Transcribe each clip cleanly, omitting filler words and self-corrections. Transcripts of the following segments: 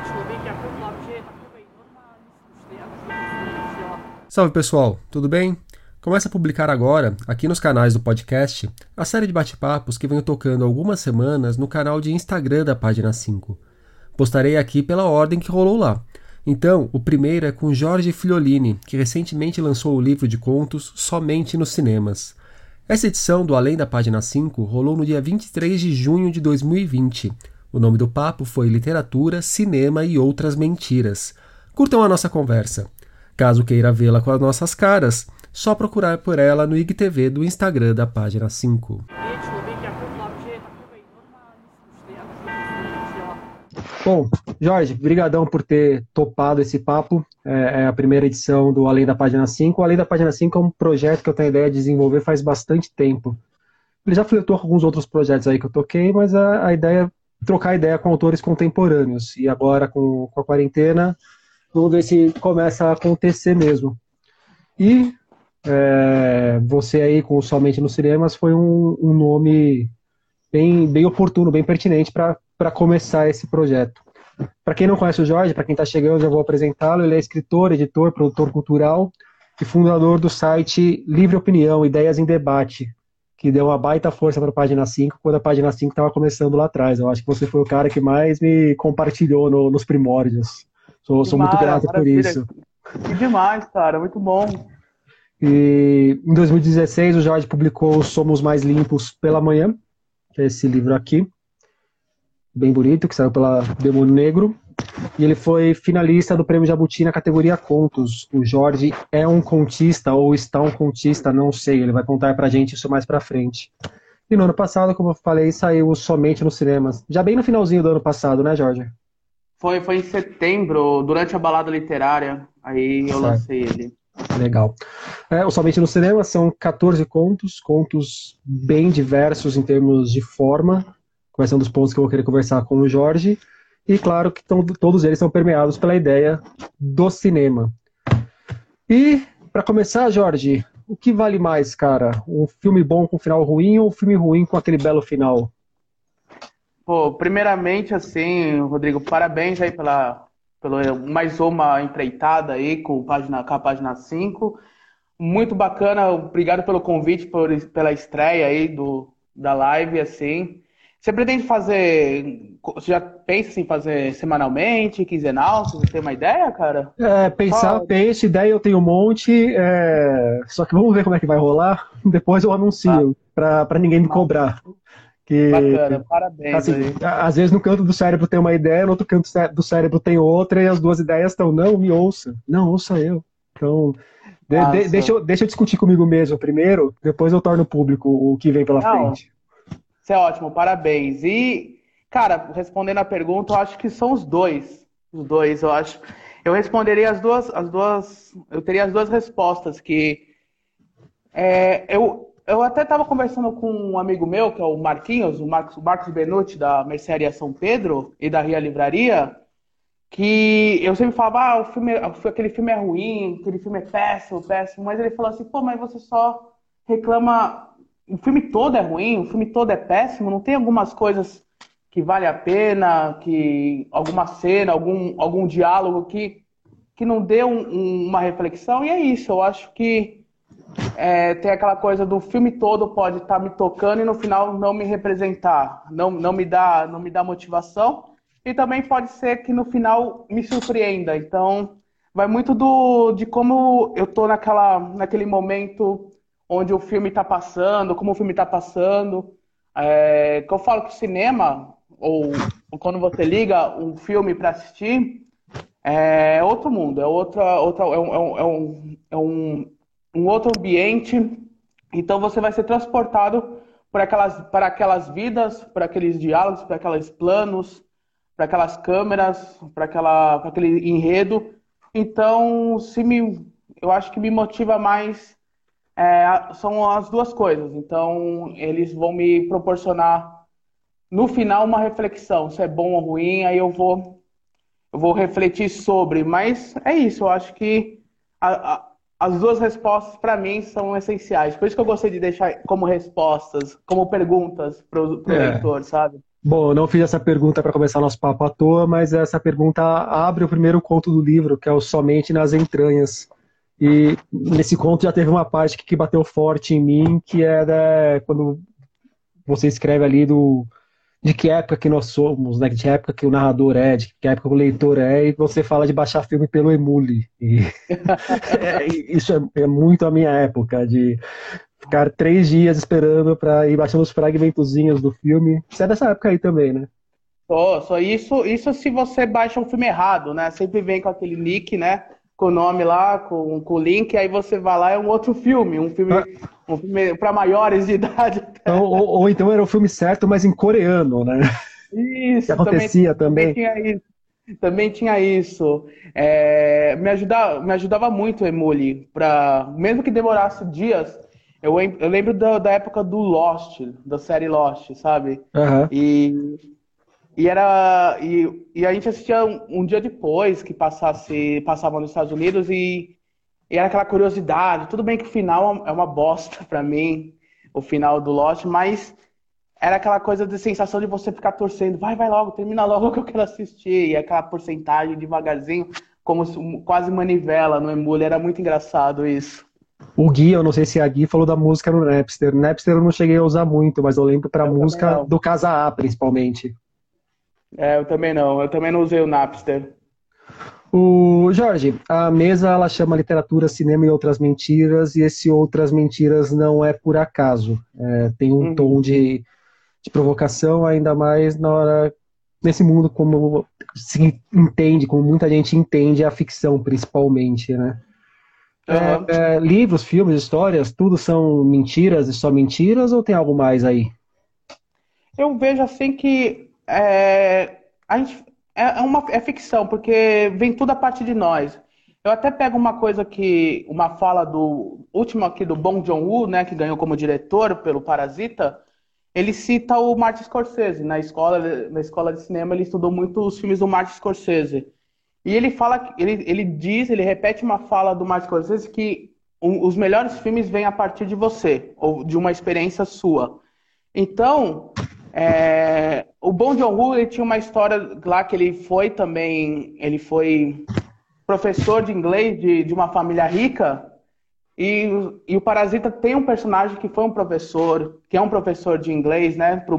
Salve pessoal, tudo bem? Começa a publicar agora, aqui nos canais do podcast, a série de bate-papos que venho tocando há algumas semanas no canal de Instagram da Página 5. Postarei aqui pela ordem que rolou lá. Então, o primeiro é com Jorge Filholini, que recentemente lançou o livro de contos Somente nos Cinemas. Essa edição do Além da Página 5 rolou no dia 23 de junho de 2020. O nome do papo foi Literatura, Cinema e Outras Mentiras. Curtam a nossa conversa. Caso queira vê-la com as nossas caras, só procurar por ela no IGTV do Instagram da Página 5. Bom, Jorge, brigadão por ter topado esse papo. É a primeira edição do Além da Página 5. O Além da Página 5 é um projeto que eu tenho a ideia de desenvolver faz bastante tempo. Ele já flertou com alguns outros projetos aí que eu toquei, mas a ideia é trocar ideia com autores contemporâneos. E agora, com a quarentena, vamos ver se começa a acontecer mesmo. E você aí com Somente nos Cinemas foi um nome bem oportuno, bem pertinente para começar esse projeto. Para quem não conhece o Jorge, para quem está chegando, eu já vou apresentá-lo. Ele é escritor, editor, produtor cultural e fundador do site Livre Opinião, Ideias em Debate, que deu uma baita força para a Página 5, quando a Página 5 estava começando lá atrás. Eu acho que você foi o cara que mais me compartilhou nos primórdios. Sou muito grato por isso. Que demais, cara, muito bom. E em 2016 o Jorge publicou Somos Mais Limpos pela Manhã, que é esse livro aqui, bem bonito, que saiu pela Demônio Negro. E ele foi finalista do Prêmio Jabuti na categoria Contos. O Jorge é um contista, ou está um contista, não sei, ele vai contar pra gente isso mais pra frente. E no ano passado, como eu falei, saiu Somente nos Cinemas. Já bem no finalzinho do ano passado, né, Jorge? Foi em setembro, durante a balada literária, aí eu lancei ele. Legal. O Somente no Cinema são 14 contos bem diversos em termos de forma, quais são dos pontos que eu vou querer conversar com o Jorge, e claro que todos eles são permeados pela ideia do cinema. E, para começar, Jorge, o que vale mais, cara? Um filme bom com final ruim ou um filme ruim com aquele belo final? Pô, primeiramente, assim, Rodrigo, parabéns aí pela mais uma empreitada aí com a página 5. Muito bacana, obrigado pelo convite, pela estreia aí da live, assim. Você pretende fazer, você já pensa em fazer semanalmente, quinzenal, se você tem uma ideia, cara? Penso, ideia eu tenho um monte, só que vamos ver como é que vai rolar, depois eu anuncio, para ninguém me cobrar. Bacana, parabéns. Assim, aí. Às vezes no canto do cérebro tem uma ideia, no outro canto do cérebro tem outra, e as duas ideias estão, não, me ouça. Não, ouça eu. Então, deixa eu discutir comigo mesmo primeiro, depois eu torno público o que vem pela frente. Isso é ótimo, parabéns. E, cara, respondendo a pergunta, eu acho que são os dois. Os dois, eu acho. Eu responderia eu teria as duas respostas, que eu até estava conversando com um amigo meu, que é o Marquinhos, o Marcos Benucci, da Mercearia São Pedro e da Ria Livraria, que eu sempre falava, aquele filme é ruim, aquele filme é péssimo, péssimo, mas ele falou assim, pô, mas você só reclama, o filme todo é ruim, o filme todo é péssimo, não tem algumas coisas que vale a pena, que alguma cena, algum diálogo que não dê uma reflexão, e é isso, eu acho que tem aquela coisa do filme todo pode estar me tocando e no final não me representar, não me dá motivação, e também pode ser que no final me surpreenda. Então, vai muito de como eu tô naquele momento onde o filme está passando, como o filme está passando. Que eu falo que o cinema, ou quando você liga um filme para assistir, é outro mundo, um outro ambiente. Então você vai ser transportado para aquelas vidas, para aqueles diálogos, para aqueles planos, para aquelas câmeras, para aquele enredo. Então, eu acho que me motiva mais são as duas coisas. Então, eles vão me proporcionar no final uma reflexão, se é bom ou ruim, aí eu vou refletir sobre. Mas é isso, eu acho que as duas respostas, para mim, são essenciais. Por isso que eu gostei de deixar como respostas, como perguntas para o leitor, sabe? Bom, eu não fiz essa pergunta para começar nosso papo à toa, mas essa pergunta abre o primeiro conto do livro, que é o Somente nas Entranhas. E nesse conto já teve uma parte que bateu forte em mim, que era quando você escreve ali de que época que nós somos, né? De que época que o narrador é, de que época que o leitor é, e você fala de baixar filme pelo Emule. E isso é muito a minha época, de ficar 3 dias esperando para ir baixando os fragmentozinhos do filme. Você é dessa época aí também, né? Só isso se você baixa um filme errado, né? Sempre vem com aquele nick, né? Com o nome lá, com o link, aí você vai lá, é um outro filme, Ah, um filme para maiores de idade. então, ou então era o filme certo, mas em coreano, né? Que Isso, acontecia também também. tinha isso. Também tinha isso. Me ajudava muito o Emule, mesmo que demorasse dias. Eu lembro da época do Lost, da série Lost, sabe? Aham. E, e a gente assistia um dia depois que passava nos Estados Unidos e era aquela curiosidade. Tudo bem que o final é uma bosta pra mim, o final do Lost, mas era aquela coisa de sensação de você ficar torcendo, vai logo, termina logo que eu quero assistir. E aquela porcentagem devagarzinho, quase manivela no Emule, era muito engraçado isso. O Gui, eu não sei se a Gui falou da música no Napster. Napster eu não cheguei a usar muito, mas eu lembro pra Eu também música não. do Casa A, principalmente. Eu também não. Eu também não usei o Napster. O Jorge, a mesa ela chama literatura, cinema e outras mentiras, e esse outras mentiras não é por acaso. É, tem um tom Uhum. de provocação, ainda mais nesse mundo como se entende, como muita gente entende a ficção, principalmente, né? Aham. Livros, filmes, histórias, tudo são mentiras e só mentiras, ou tem algo mais aí? Eu vejo assim que a gente é ficção, porque vem tudo a partir de nós. Eu até pego uma fala do último aqui do Bong Joon-ho, né, que ganhou como diretor pelo Parasita. Ele cita o Martin Scorsese na escola de cinema. Ele estudou muito os filmes do Martin Scorsese. E ele fala, ele repete uma fala do Martin Scorsese que os melhores filmes vêm a partir de você ou de uma experiência sua. Então, o Bong Joon-ho, ele tinha uma história lá que ele foi professor de inglês de uma família rica e o Parasita tem um personagem que foi um professor, que é um professor de inglês, né, para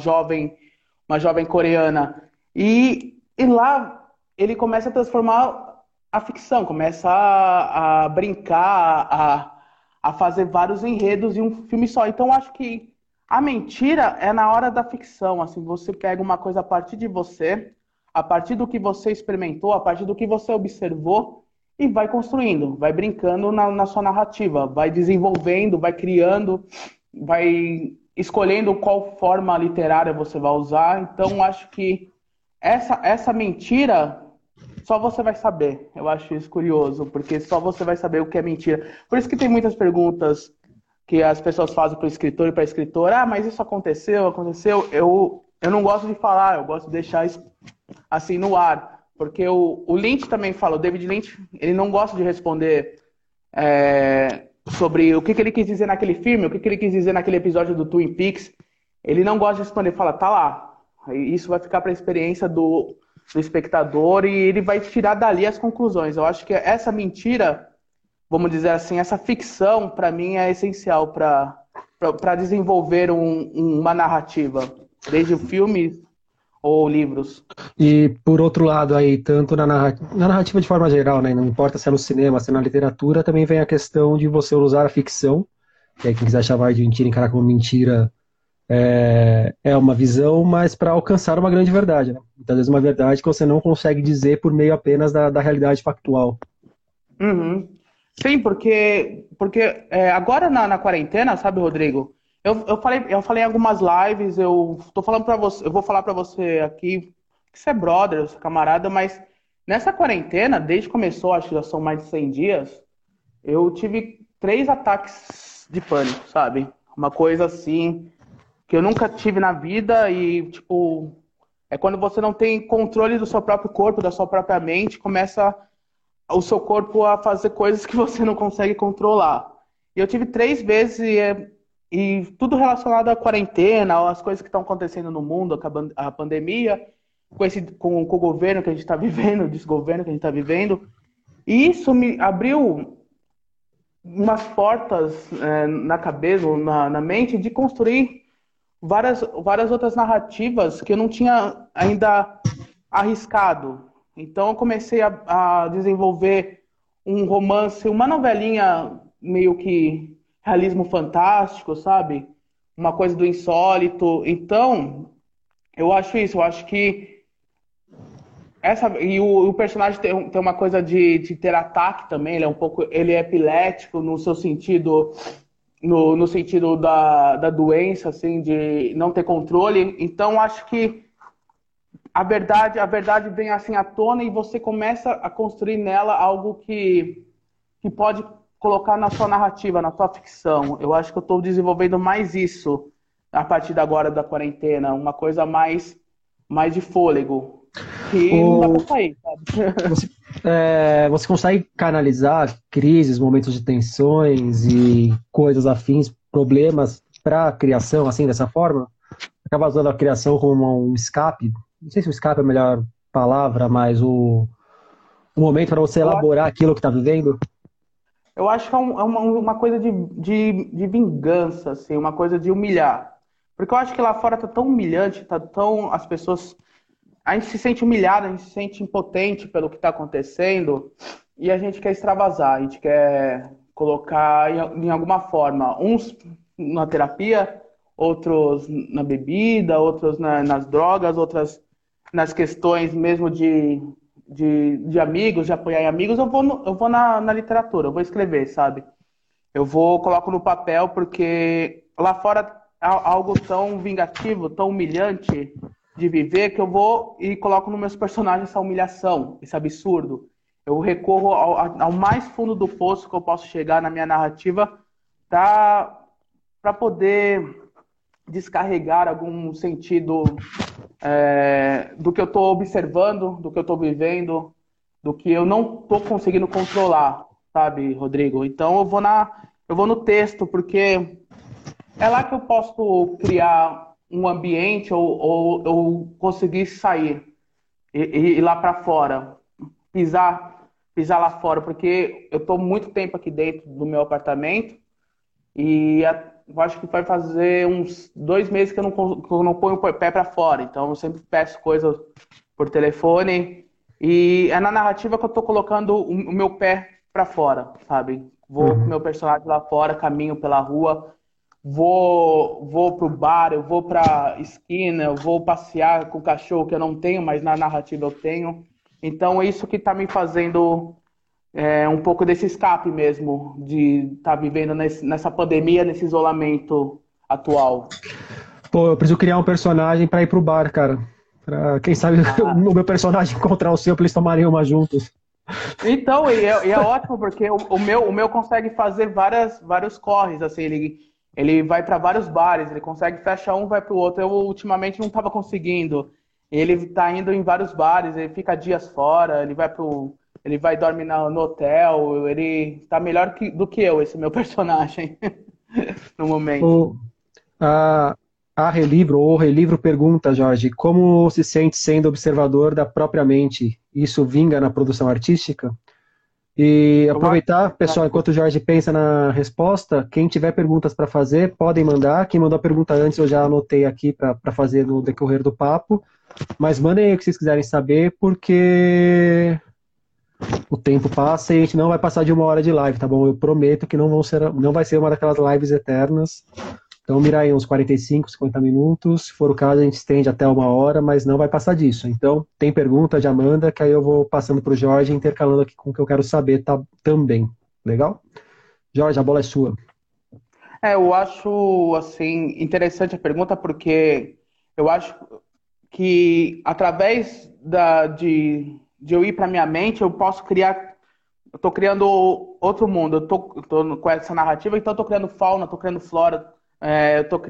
uma jovem coreana. E lá ele começa a transformar a ficção, começa a brincar, a fazer vários enredos em um filme só. Então, eu acho que a mentira é na hora da ficção, assim, você pega uma coisa a partir de você, a partir do que você experimentou, a partir do que você observou e vai construindo, vai brincando na sua narrativa, vai desenvolvendo, vai criando, vai escolhendo qual forma literária você vai usar. Então, acho que essa mentira só você vai saber. Eu acho isso curioso, porque só você vai saber o que é mentira. Por isso que tem muitas perguntas que as pessoas fazem para o escritor e para a escritora. Ah, mas isso aconteceu. Eu não gosto de falar, eu gosto de deixar isso assim no ar. Porque o Lynch também fala, o David Lynch, ele não gosta de responder sobre o que ele quis dizer naquele filme, o que ele quis dizer naquele episódio do Twin Peaks. Ele não gosta de responder, fala, tá lá. Isso vai ficar para a experiência do espectador e ele vai tirar dali as conclusões. Eu acho que essa mentira, vamos dizer assim, essa ficção, para mim, é essencial para desenvolver uma narrativa, desde filmes ou livros. E por outro lado aí, tanto na narrativa de forma geral, né, não importa se é no cinema, se é na literatura, também vem a questão de você usar a ficção, que aí quem quiser chamar de mentira, encarar como mentira, é uma visão, mas para alcançar uma grande verdade, né? Muitas vezes uma verdade que você não consegue dizer por meio apenas da realidade factual. Uhum. Sim, porque agora na quarentena, sabe, Rodrigo? Eu falei em algumas lives, eu tô falando para você, eu vou falar para você aqui que você é brother, você é camarada, mas nessa quarentena, desde que começou, acho que já são mais de 100 dias, eu tive 3 ataques de pânico, sabe? Uma coisa assim que eu nunca tive na vida e, tipo, é quando você não tem controle do seu próprio corpo, da sua própria mente, começa o seu corpo a fazer coisas que você não consegue controlar. E eu tive 3 vezes e tudo relacionado à quarentena, às coisas que estão acontecendo no mundo, a pandemia, com o governo que a gente está vivendo, o desgoverno que a gente está vivendo. E isso me abriu umas portas na cabeça, na mente, de construir várias outras narrativas que eu não tinha ainda arriscado. Então eu comecei a desenvolver um romance, uma novelinha meio que realismo fantástico, sabe? Uma coisa do insólito. Então, eu acho isso, eu acho que o personagem tem uma coisa de ter ataque também, ele é epilético no seu sentido, no sentido da doença, assim, de não ter controle. Então, acho que a verdade vem assim à tona e você começa a construir nela algo que pode colocar na sua narrativa, na sua ficção. Eu acho que eu estou desenvolvendo mais isso a partir de agora da quarentena, uma coisa mais de fôlego, que não dá O, para sair, sabe? você, você consegue canalizar crises, momentos de tensões e coisas afins, problemas para a criação, assim, dessa forma? Acaba usando a criação como um escape? Não sei se o escape é a melhor palavra, mas o momento para você Eu acho, elaborar aquilo que está vivendo? eu acho que é uma coisa de vingança, assim, uma coisa de humilhar. Porque eu acho que lá fora tá tão humilhante, tá tão. As pessoas. A gente se sente humilhado, a gente se sente impotente pelo que está acontecendo e a gente quer extravasar, a gente quer colocar em alguma forma, uns na terapia, outros na bebida, outros nas drogas, outras nas questões mesmo de amigos, de apoiar em amigos. Eu vou na literatura, eu vou escrever, sabe? Coloco no papel porque lá fora há algo tão vingativo, tão humilhante de viver que eu vou e coloco nos meus personagens essa humilhação, esse absurdo. Eu recorro ao mais fundo do poço que eu posso chegar na minha narrativa para poder descarregar algum sentido do que eu estou observando, do que eu estou vivendo, do que eu não estou conseguindo controlar, sabe, Rodrigo? Então eu vou no texto, porque é lá que eu posso criar um ambiente ou conseguir sair e ir lá para fora, pisar lá fora, porque eu estou muito tempo aqui dentro do meu apartamento e eu acho que vai fazer uns 2 meses que eu não ponho o pé para fora. Então eu sempre peço coisas por telefone e é na narrativa que eu estou colocando o meu pé para fora, sabe? Vou com o Uhum. meu personagem lá fora, caminho pela rua. Vou pro bar, eu vou pra esquina, eu vou passear com o cachorro que eu não tenho, mas na narrativa eu tenho. Então, é isso que está me fazendo um pouco desse escape mesmo, de estar vivendo nessa pandemia, nesse isolamento atual. Pô, eu preciso criar um personagem para ir pro bar, cara. Pra, quem sabe o Ah, meu personagem encontrar o seu pra eles tomarem uma juntos. então, e é ótimo, porque o meu consegue fazer vários corres, assim, ele vai para vários bares, ele consegue fechar um, vai para o outro. Eu ultimamente não estava conseguindo. Ele está indo em vários bares, ele fica dias fora, ele vai dormir no hotel, ele está melhor do que eu, esse meu personagem, no momento. O, a, a Relivro, ou Relivro pergunta, Jorge, como se sente sendo observador da própria mente? Isso vinga na produção artística? E Eu acho, aproveitar, pessoal, enquanto o Jorge pensa na resposta, quem tiver perguntas para fazer, podem mandar. Quem mandou a pergunta antes, eu já anotei aqui para fazer no decorrer do papo. Mas mandem aí o que vocês quiserem saber, porque o tempo passa e a gente não vai passar de 1 hora de live, tá bom? Eu prometo que não vai ser uma daquelas lives eternas. Então, mira aí uns 45, 50 minutos. Se for o caso, a gente estende até 1 hora, mas não vai passar disso. Então, tem pergunta, já manda, que aí eu vou passando para o Jorge, intercalando aqui com o que eu quero saber também. Legal? Jorge, a bola é sua. eu acho assim interessante a pergunta porque eu acho que através de eu ir para minha mente, eu posso criar. Eu tô criando outro mundo. Eu tô com essa narrativa, então eu tô criando fauna, tô criando flora, eu tô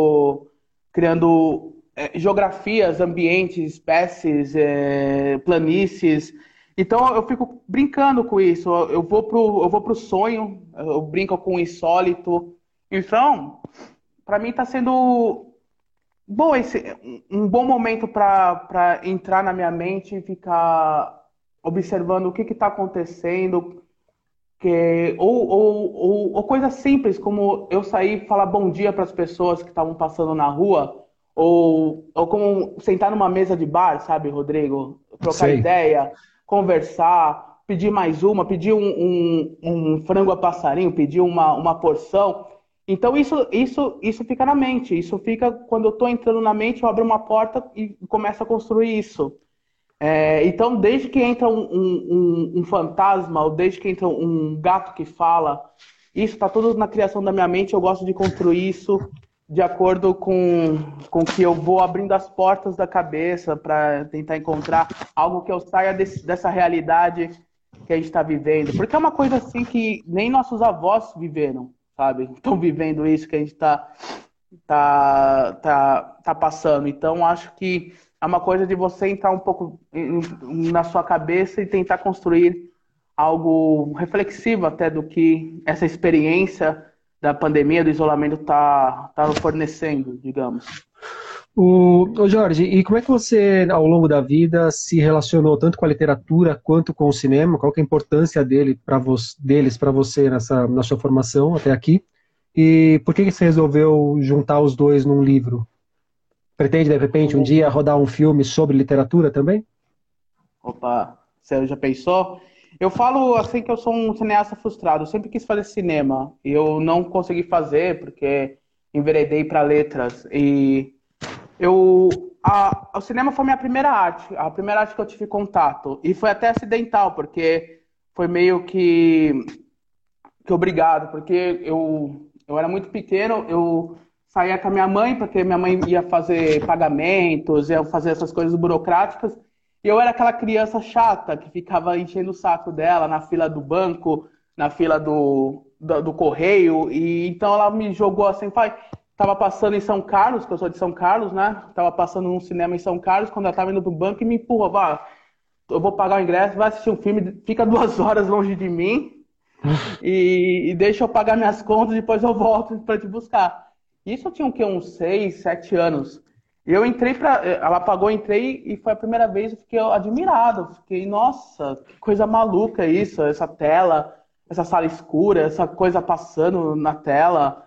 criando geografias, ambientes, espécies, planícies. Então eu fico brincando com isso. Eu vou pro sonho, eu brinco com o insólito, Então, para mim está sendo bom um bom momento para entrar na minha mente e ficar observando o que está acontecendo, ou coisas simples, como eu sair e falar bom dia para as pessoas que estavam passando na rua, ou como sentar numa mesa de bar, sabe, Rodrigo? Trocar Sei. ideia, conversar, pedir mais uma, pedir um frango a passarinho, pedir uma porção. Então isso fica na mente, isso fica quando eu estou entrando na mente, eu abro uma porta e começo a construir isso. Então, desde que entra um fantasma, ou desde que entra um gato que fala, isso está tudo na criação da minha mente. Eu gosto de construir isso de acordo com que eu vou abrindo as portas da cabeça para tentar encontrar algo que eu saia dessa realidade que a gente está vivendo. Porque é uma coisa assim que nem nossos avós viveram, sabe? Estão vivendo isso que a gente tá passando. Então, acho que é uma coisa de você entrar um pouco na sua cabeça e tentar construir algo reflexivo até do que essa experiência da pandemia, do isolamento tá fornecendo, digamos. Ô Jorge, e como é que você, ao longo da vida, se relacionou tanto com a literatura quanto com o cinema? Qual que é a importância deles para você na sua formação até aqui? E por que que você resolveu juntar os dois num livro? Pretende, de repente, um dia rodar um filme sobre literatura também? Opa, você já pensou? Eu falo assim que eu sou um cineasta frustrado. Eu sempre quis fazer cinema. E eu não consegui fazer porque enveredei para letras. E eu, o cinema foi minha primeira arte, a primeira arte que eu tive contato. E foi até acidental, porque foi meio que obrigado, porque eu era muito pequeno, eu saía com a minha mãe, porque minha mãe ia fazer pagamentos, ia fazer essas coisas burocráticas, e eu era aquela criança chata que ficava enchendo o saco dela na fila do banco, na fila do correio, e então ela me jogou assim, pai, tava passando em São Carlos, que eu sou de São Carlos, né? Tava passando num cinema em São Carlos, quando ela tava indo pro banco e me empurrou, vá, eu vou pagar o ingresso, vai assistir um filme, fica 2 horas longe de mim, e deixa eu pagar minhas contas e depois eu volto para te buscar. Isso eu tinha o quê? Uns 6, 7 anos. E eu entrei para. Ela pagou, entrei e foi a primeira vez eu fiquei admirado. Fiquei, nossa, que coisa maluca isso, essa tela, essa sala escura, essa coisa passando na tela.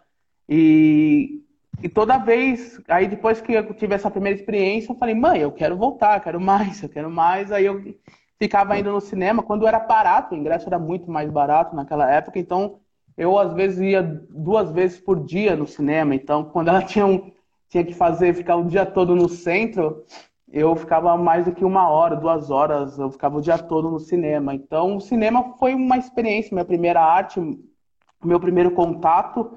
E, e toda vez, aí depois que eu tive essa primeira experiência, eu falei, mãe, eu quero voltar, quero mais, eu quero mais. Aí eu ficava indo no cinema, quando era barato, o ingresso era muito mais barato naquela época, então eu às vezes ia 2 vezes por dia no cinema, então quando ela tinha que ficar o dia todo no centro, eu ficava mais do que 1 hora, 2 horas, eu ficava o dia todo no cinema. Então o cinema foi uma experiência, minha primeira arte, meu primeiro contato,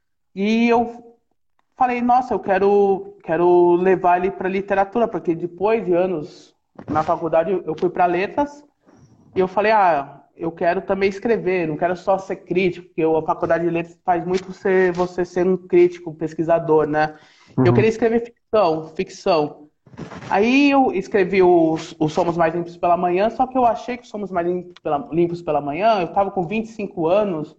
e eu falei, nossa, eu quero levar ele para literatura, porque depois de anos na faculdade eu fui para letras e eu falei, eu quero também escrever, não quero só ser crítico, porque a faculdade de letras faz muito você ser um crítico, um pesquisador, né? Eu Uhum. queria escrever ficção. Aí eu escrevi o Somos Mais Limpos pela Manhã, só que eu achei que Somos Mais Limpos pela Manhã, eu estava com 25 anos,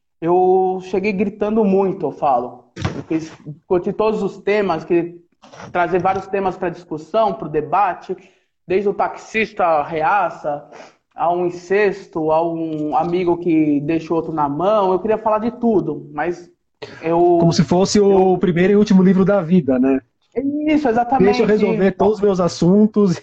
eu cheguei gritando muito, eu falo. Eu quis discutir todos os temas, queria trazer vários temas para discussão, para o debate, desde o taxista reaça, a um incesto, a um amigo que deixa o outro na mão. Eu queria falar de tudo, mas Como se fosse o primeiro e último livro da vida, né? Isso, Deixa eu exatamente. resolver todos os meus assuntos.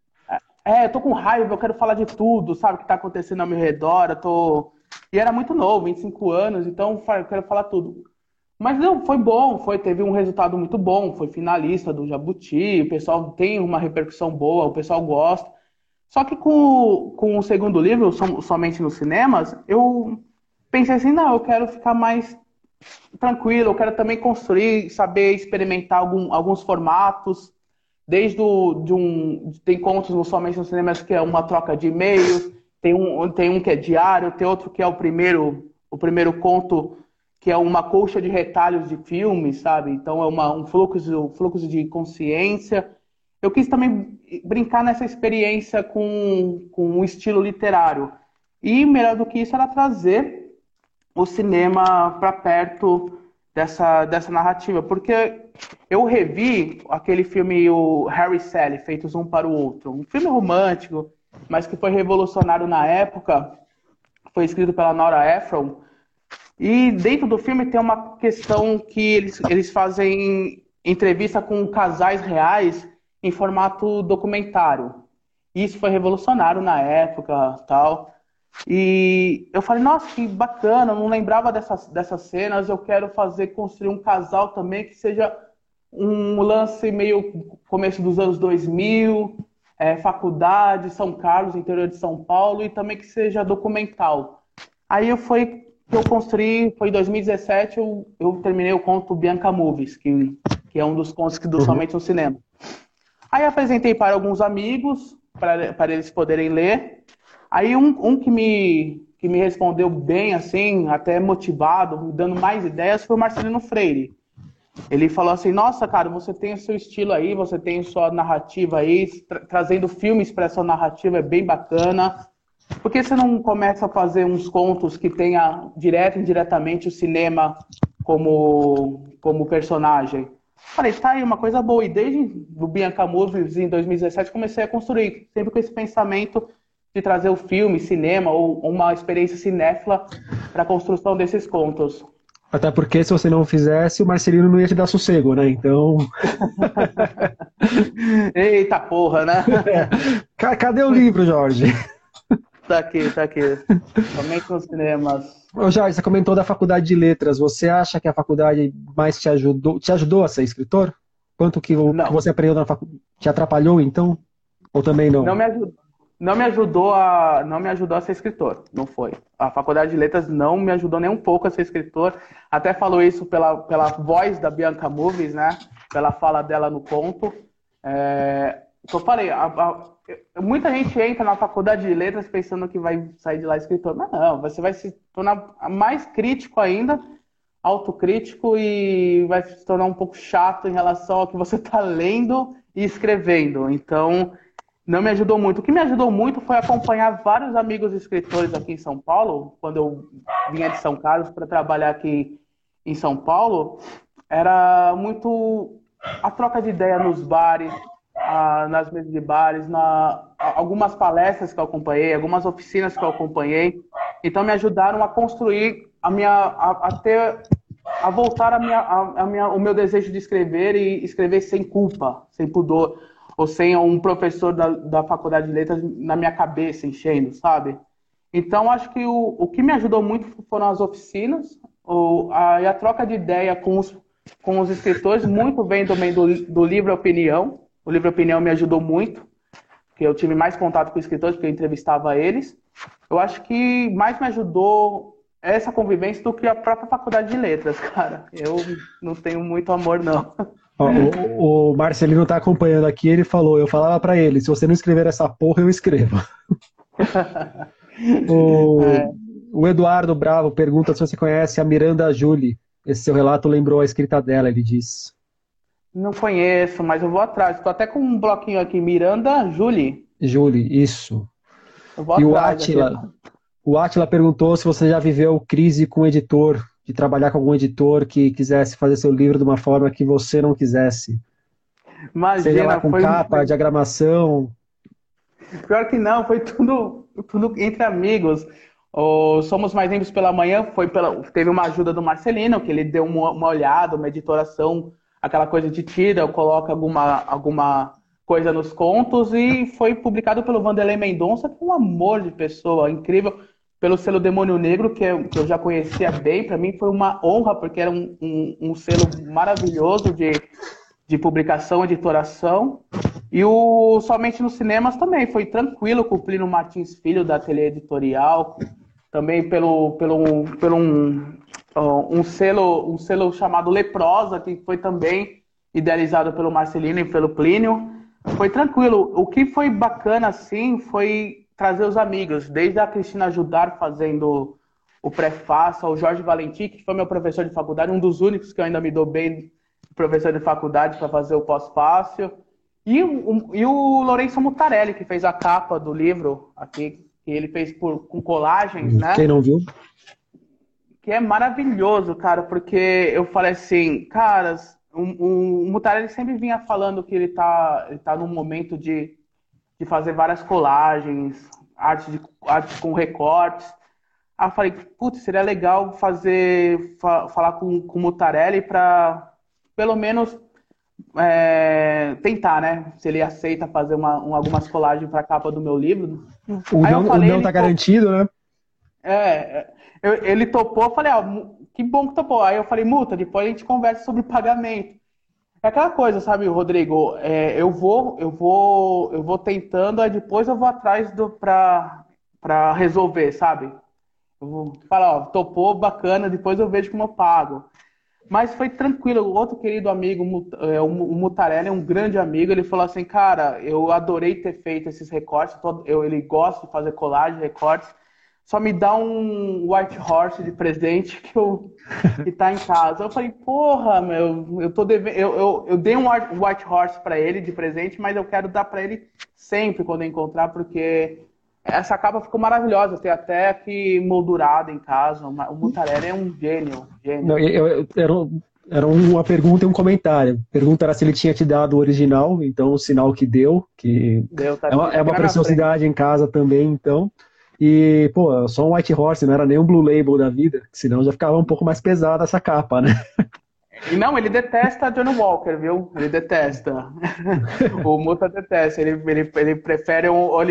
Eu tô com raiva, eu quero falar de tudo, sabe, o que tá acontecendo ao meu redor, eu tô... E era muito novo, 25 anos, então eu quero falar tudo. Mas não, foi bom, teve um resultado muito bom, foi finalista do Jabuti, o pessoal tem uma repercussão boa, o pessoal gosta. Só que com o segundo livro, Somente nos Cinemas, eu pensei assim, não, eu quero ficar mais tranquilo, eu quero também construir, saber experimentar alguns formatos, desde tem contos no Somente nos Cinemas que é uma troca de e-mails, tem um que é diário, tem outro que é o primeiro conto que é uma colcha de retalhos de filmes, sabe? Então é um fluxo de consciência. Eu quis também brincar nessa experiência com o estilo literário. E melhor do que isso era trazer o cinema para perto dessa narrativa, porque eu revi aquele filme, o Harry e Sally, Feitos Um para o Outro, um filme romântico, mas que foi revolucionário na época, foi escrito pela Nora Ephron, e dentro do filme tem uma questão que eles fazem entrevista com casais reais em formato documentário. Isso foi revolucionário na época, tal. E eu falei, nossa, que bacana, eu não lembrava dessas cenas, eu quero construir um casal também que seja um lance meio começo dos anos 2000, faculdade, São Carlos, interior de São Paulo, e também que seja documental. Aí eu construí, foi em 2017, eu terminei o conto Bianca Movies, que é um dos contos que do somente no cinema. Aí apresentei para alguns amigos, para eles poderem ler. Aí um que me respondeu bem, assim, até motivado, me dando mais ideias, foi o Marcelino Freire. Ele falou assim, nossa, cara, você tem o seu estilo aí, você tem a sua narrativa aí, trazendo filmes para essa narrativa, é bem bacana. Por que você não começa a fazer uns contos que tenha direto e indiretamente o cinema como personagem? Falei, tá aí, uma coisa boa. E desde o Bianca Movies, em 2017, comecei a construir, sempre com esse pensamento de trazer o filme, cinema, ou uma experiência cinéfila para a construção desses contos. Até porque se você não fizesse, o Marcelino não ia te dar sossego, né? Então. Eita porra, né? Cadê o livro, Jorge? Tá aqui. Somente nos cinemas. Ô Jorge, você comentou da faculdade de letras. Você acha que a faculdade mais te ajudou a ser escritor? Quanto que você aprendeu na faculdade? Te atrapalhou, então? Ou também não? Não me ajudou a ser escritor, não foi. A faculdade de letras não me ajudou nem um pouco a ser escritor. Até falou isso pela voz da Bianca Movies, né? Pela fala dela no conto. Eu falei, muita gente entra na faculdade de letras pensando que vai sair de lá escritor. Mas não, você vai se tornar mais crítico ainda, autocrítico, e vai se tornar um pouco chato em relação ao que você está lendo e escrevendo. Então, não me ajudou muito. O que me ajudou muito foi acompanhar vários amigos escritores aqui em São Paulo. Quando eu vinha de São Carlos para trabalhar aqui em São Paulo, era muito a troca de ideia nos bares, nas mesas de bares, algumas palestras que eu acompanhei, algumas oficinas que eu acompanhei. Então me ajudaram a construir a voltar o meu desejo de escrever, e escrever sem culpa, sem pudor, ou sem um professor da faculdade de letras na minha cabeça enchendo, sabe? Então acho que o que me ajudou muito foram as oficinas, e a troca de ideia com os escritores, muito bem também do livro Opinião. O livro Opinião me ajudou muito, porque eu tive mais contato com escritores, porque eu entrevistava eles. Eu acho que mais me ajudou essa convivência do que a própria faculdade de letras, cara. Eu não tenho muito amor, não. O Marcelino está acompanhando aqui, ele falou, eu falava para ele, se você não escrever essa porra, eu escrevo. O Eduardo Bravo pergunta se você conhece a Miranda Julie. Esse seu relato lembrou a escrita dela, ele diz. Não conheço, mas eu vou atrás. Estou até com um bloquinho aqui, Miranda Julie. Julie, isso. Eu vou e atrás o Átila perguntou se você já viveu crise com o editor, de trabalhar com algum editor que quisesse fazer seu livro de uma forma que você não quisesse. Imagina, seja lá com capa, diagramação. Pior que não, foi tudo entre amigos. O Somos Mais Limpos pela Manhã teve uma ajuda do Marcelino, que ele deu uma olhada, uma editoração, aquela coisa de tira, coloca alguma coisa nos contos, e foi publicado pelo Vanderlei Mendonça, que é um amor de pessoa, incrível, pelo selo Demônio Negro, que eu já conhecia bem. Para mim foi uma honra, porque era um selo maravilhoso de publicação, editoração. E o Somente nos Cinemas também foi tranquilo, com o Plínio Martins Filho, da Ateliê Editorial, também pelo um selo chamado Leprosa, que foi também idealizado pelo Marcelino e pelo Plínio. Foi tranquilo. O que foi bacana, assim, foi trazer os amigos, desde a Cristina Judar fazendo o prefácio, ao Jorge Valentim, que foi meu professor de faculdade, um dos únicos que eu ainda me dou bem, professor de faculdade, para fazer o pós-fácil. E o Lourenço Mutarelli, que fez a capa do livro aqui, que ele fez com colagens, né? Quem não viu? que é maravilhoso, cara, porque eu falei assim, caras, o Mutarelli sempre vinha falando que ele tá num momento de fazer várias colagens, arte com recortes. Aí eu falei, putz, seria legal falar com o Mutarelli para pelo menos tentar, né? Se ele aceita fazer algumas colagens para a capa do meu livro. Aí eu O falei, não tá garantido, né? ele topou, eu falei, que bom que topou. Aí eu falei, Muta, depois a gente conversa sobre pagamento. É aquela coisa, sabe, Rodrigo? Eu vou tentando, aí depois eu vou atrás pra resolver, sabe? Eu vou falar, ó, topou, bacana, depois eu vejo como eu pago. Mas foi tranquilo. O outro querido amigo, o Mutarelli, é um grande amigo. Ele falou assim, cara, eu adorei ter feito esses recortes. Ele gosta de fazer colagem, recortes. Só me dá um White Horse de presente que tá em casa. Eu falei, porra, meu, eu tô devendo. Eu dei um White Horse para ele de presente, mas eu quero dar para ele sempre quando eu encontrar, porque essa capa ficou maravilhosa. Tem até aqui moldurada em casa. O Mutarelli é um gênio. Não, era uma pergunta e um comentário. A pergunta era se ele tinha te dado o original, então o sinal que deu, que Deu, tá é uma preciosidade em casa também, então. E, pô, só um White Horse, não era nem um Blue Label da vida, senão já ficava um pouco mais pesada essa capa, né? E não, ele detesta Johnny Walker, viu? Ele detesta. O Muta detesta. Ele prefere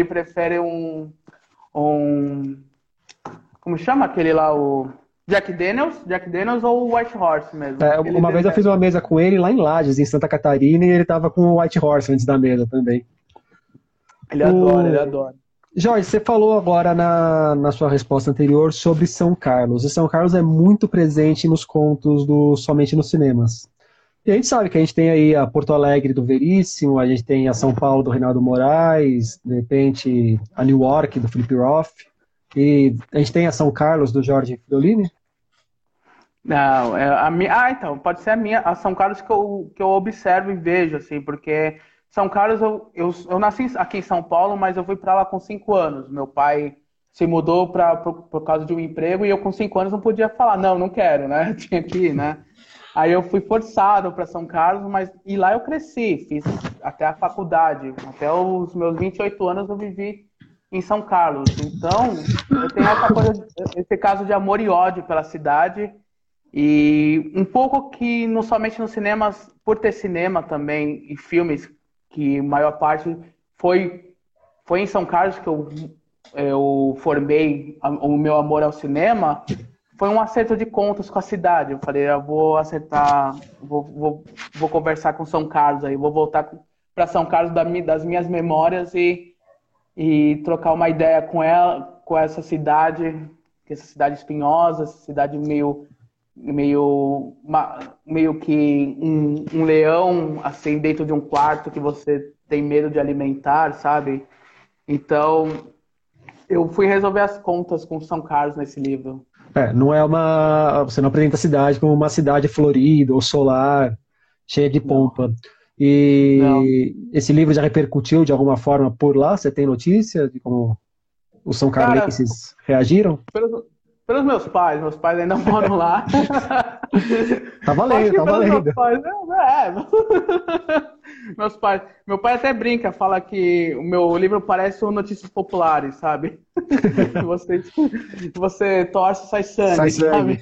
um. Como chama aquele lá? O Jack Daniels? Jack Daniels ou o White Horse mesmo? Uma vez eu fiz uma mesa com ele lá em Lages, em Santa Catarina, e ele tava com o White Horse antes da mesa também. Ele adora. Jorge, você falou agora na sua resposta anterior sobre São Carlos. E São Carlos é muito presente nos contos do Somente nos Cinemas. E a gente sabe que a gente tem aí a Porto Alegre do Veríssimo, a gente tem a São Paulo do Reinaldo Moraes, de repente a New York do Philip Roth, e a gente tem a São Carlos do Jorge Fridolini. Não, então, pode ser a São Carlos que eu observo e vejo, assim, porque São Carlos, eu nasci aqui em São Paulo, mas eu fui para lá com 5 anos. Meu pai se mudou por causa de um emprego e eu com 5 anos não podia falar, não quero, né? Tinha que ir, né? Aí eu fui forçado para São Carlos, e lá eu cresci, fiz até a faculdade. Até os meus 28 anos eu vivi em São Carlos. Então, eu tenho esse caso de amor e ódio pela cidade. E um pouco que, não somente nos cinemas, por ter cinema também e filmes, que a maior parte foi em São Carlos que eu formei o meu amor ao cinema, foi um acerto de contas com a cidade. Eu falei, eu vou acertar, vou conversar com São Carlos aí, vou voltar para São Carlos das minhas memórias e trocar uma ideia com ela, com essa cidade espinhosa, essa cidade meio que um leão assim dentro de um quarto que você tem medo de alimentar, sabe? Então eu fui resolver as contas com São Carlos nesse livro. Você não apresenta a cidade como uma cidade florida ou solar, cheia de pompa. E não. Esse livro já repercutiu de alguma forma por lá? Você tem notícia de como os são carlenses reagiram? Pelos meus pais ainda moram lá. Tá valendo. Meus pais. Meu pai até brinca, fala que o meu livro parece Notícias Populares, sabe? Você torce, sai sangue, sabe?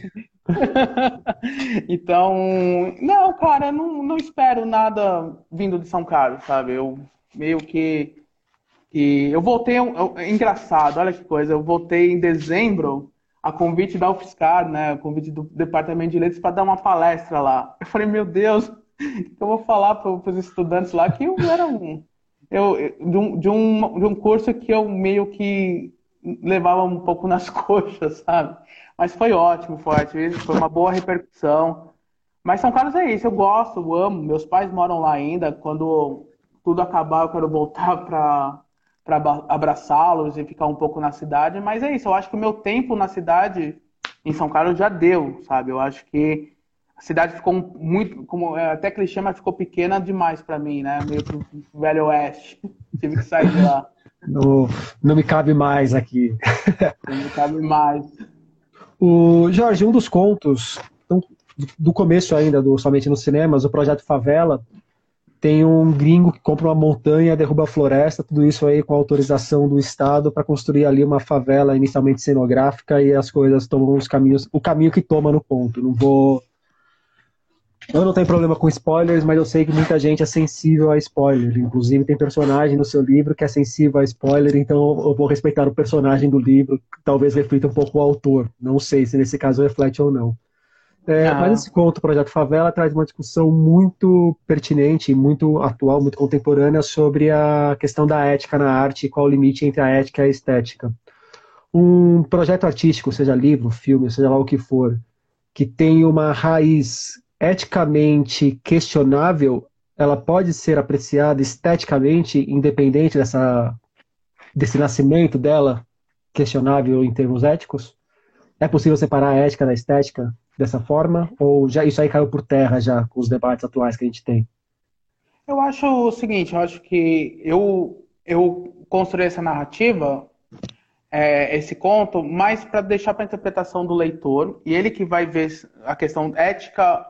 Então, não, cara, não espero nada vindo de São Carlos, sabe? Eu meio que eu voltei, engraçado, olha que coisa, eu voltei em dezembro a convite da UFSCar, né, a convite do Departamento de Letras para dar uma palestra lá. Eu falei, meu Deus, eu vou falar para os estudantes lá que eu era de um curso que eu meio que levava um pouco nas coxas, sabe? Mas foi ótimo, foi uma boa repercussão. Mas São Carlos é isso, eu gosto, eu amo, meus pais moram lá ainda, quando tudo acabar eu quero voltar para abraçá-los e ficar um pouco na cidade, mas é isso, eu acho que o meu tempo na cidade, em São Carlos, já deu, sabe? Eu acho que a cidade ficou muito, como até clichê, mas ficou pequena demais para mim, né? Meio que Velho Oeste. Tive que sair de lá. Não me cabe mais aqui. Não me cabe mais. O Jorge, um dos contos, então, do começo ainda, do Somente nos Cinemas, o Projeto Favela, tem um gringo que compra uma montanha, derruba a floresta, tudo isso aí com autorização do Estado para construir ali uma favela inicialmente cenográfica e as coisas tomam os caminhos, o caminho que toma no conto. Eu não tenho problema com spoilers, mas eu sei que muita gente é sensível a spoiler. Inclusive tem personagem no seu livro que é sensível a spoiler, então eu vou respeitar o personagem do livro, que talvez reflita um pouco o autor. Não sei se nesse caso reflete ou não. Mas Ah, esse conto, Projeto Favela, traz uma discussão muito pertinente, muito atual, muito contemporânea sobre a questão da ética na arte e qual o limite entre a ética e a estética. Um projeto artístico, seja livro, filme, seja lá o que for, que tem uma raiz eticamente questionável, ela pode ser apreciada esteticamente, independente desse nascimento dela, questionável em termos éticos? É possível separar a ética da estética dessa forma? Ou já isso aí caiu por terra já com os debates atuais que a gente tem? eu acho o seguinte, eu acho que eu construí essa narrativa, esse conto, mais para deixar para a interpretação do leitor, e ele que vai ver a questão ética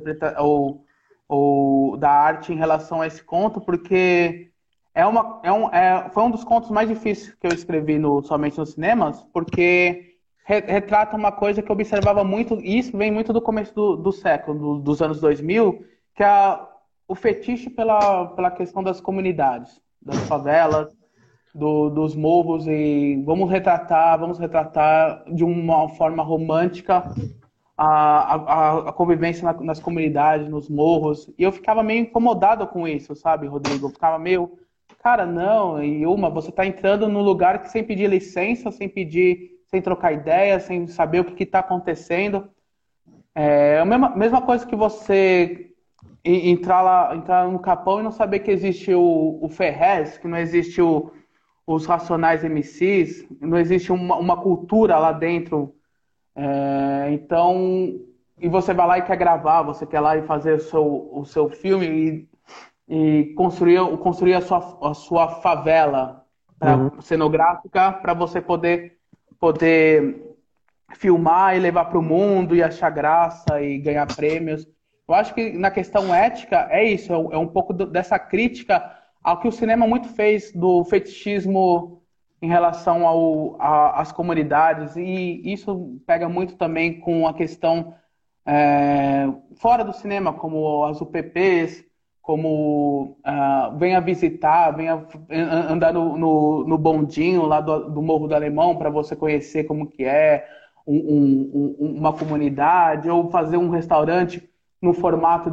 ou da arte em relação a esse conto, porque foi um dos contos mais difíceis que eu escrevi somente nos cinemas, porque retrata uma coisa que eu observava muito, e isso vem muito do começo do século, dos anos 2000, que é o fetiche pela questão das comunidades, das favelas, dos morros, e vamos retratar de uma forma romântica a convivência nas comunidades, nos morros. E eu ficava meio incomodado com isso, sabe, Rodrigo? Eu ficava meio, cara, não, e você está entrando num lugar que sem pedir licença, sem trocar ideia, sem saber o que está acontecendo. É a mesma coisa que você entrar no Capão e não saber que existe o Ferrez, que não existe os Racionais MCs, não existe uma cultura lá dentro. Então, e você vai lá e quer gravar, você quer lá e fazer o seu filme e construir a sua favela Uhum. cenográfica para você poder filmar e levar para o mundo e achar graça e ganhar prêmios. Eu acho que na questão ética é isso, é um pouco dessa crítica ao que o cinema muito fez do fetichismo em relação às comunidades, e isso pega muito também com a questão fora do cinema, como as UPPs, como venha visitar, venha andar no bondinho lá do Morro do Alemão para você conhecer como que é uma comunidade, ou fazer um restaurante no formato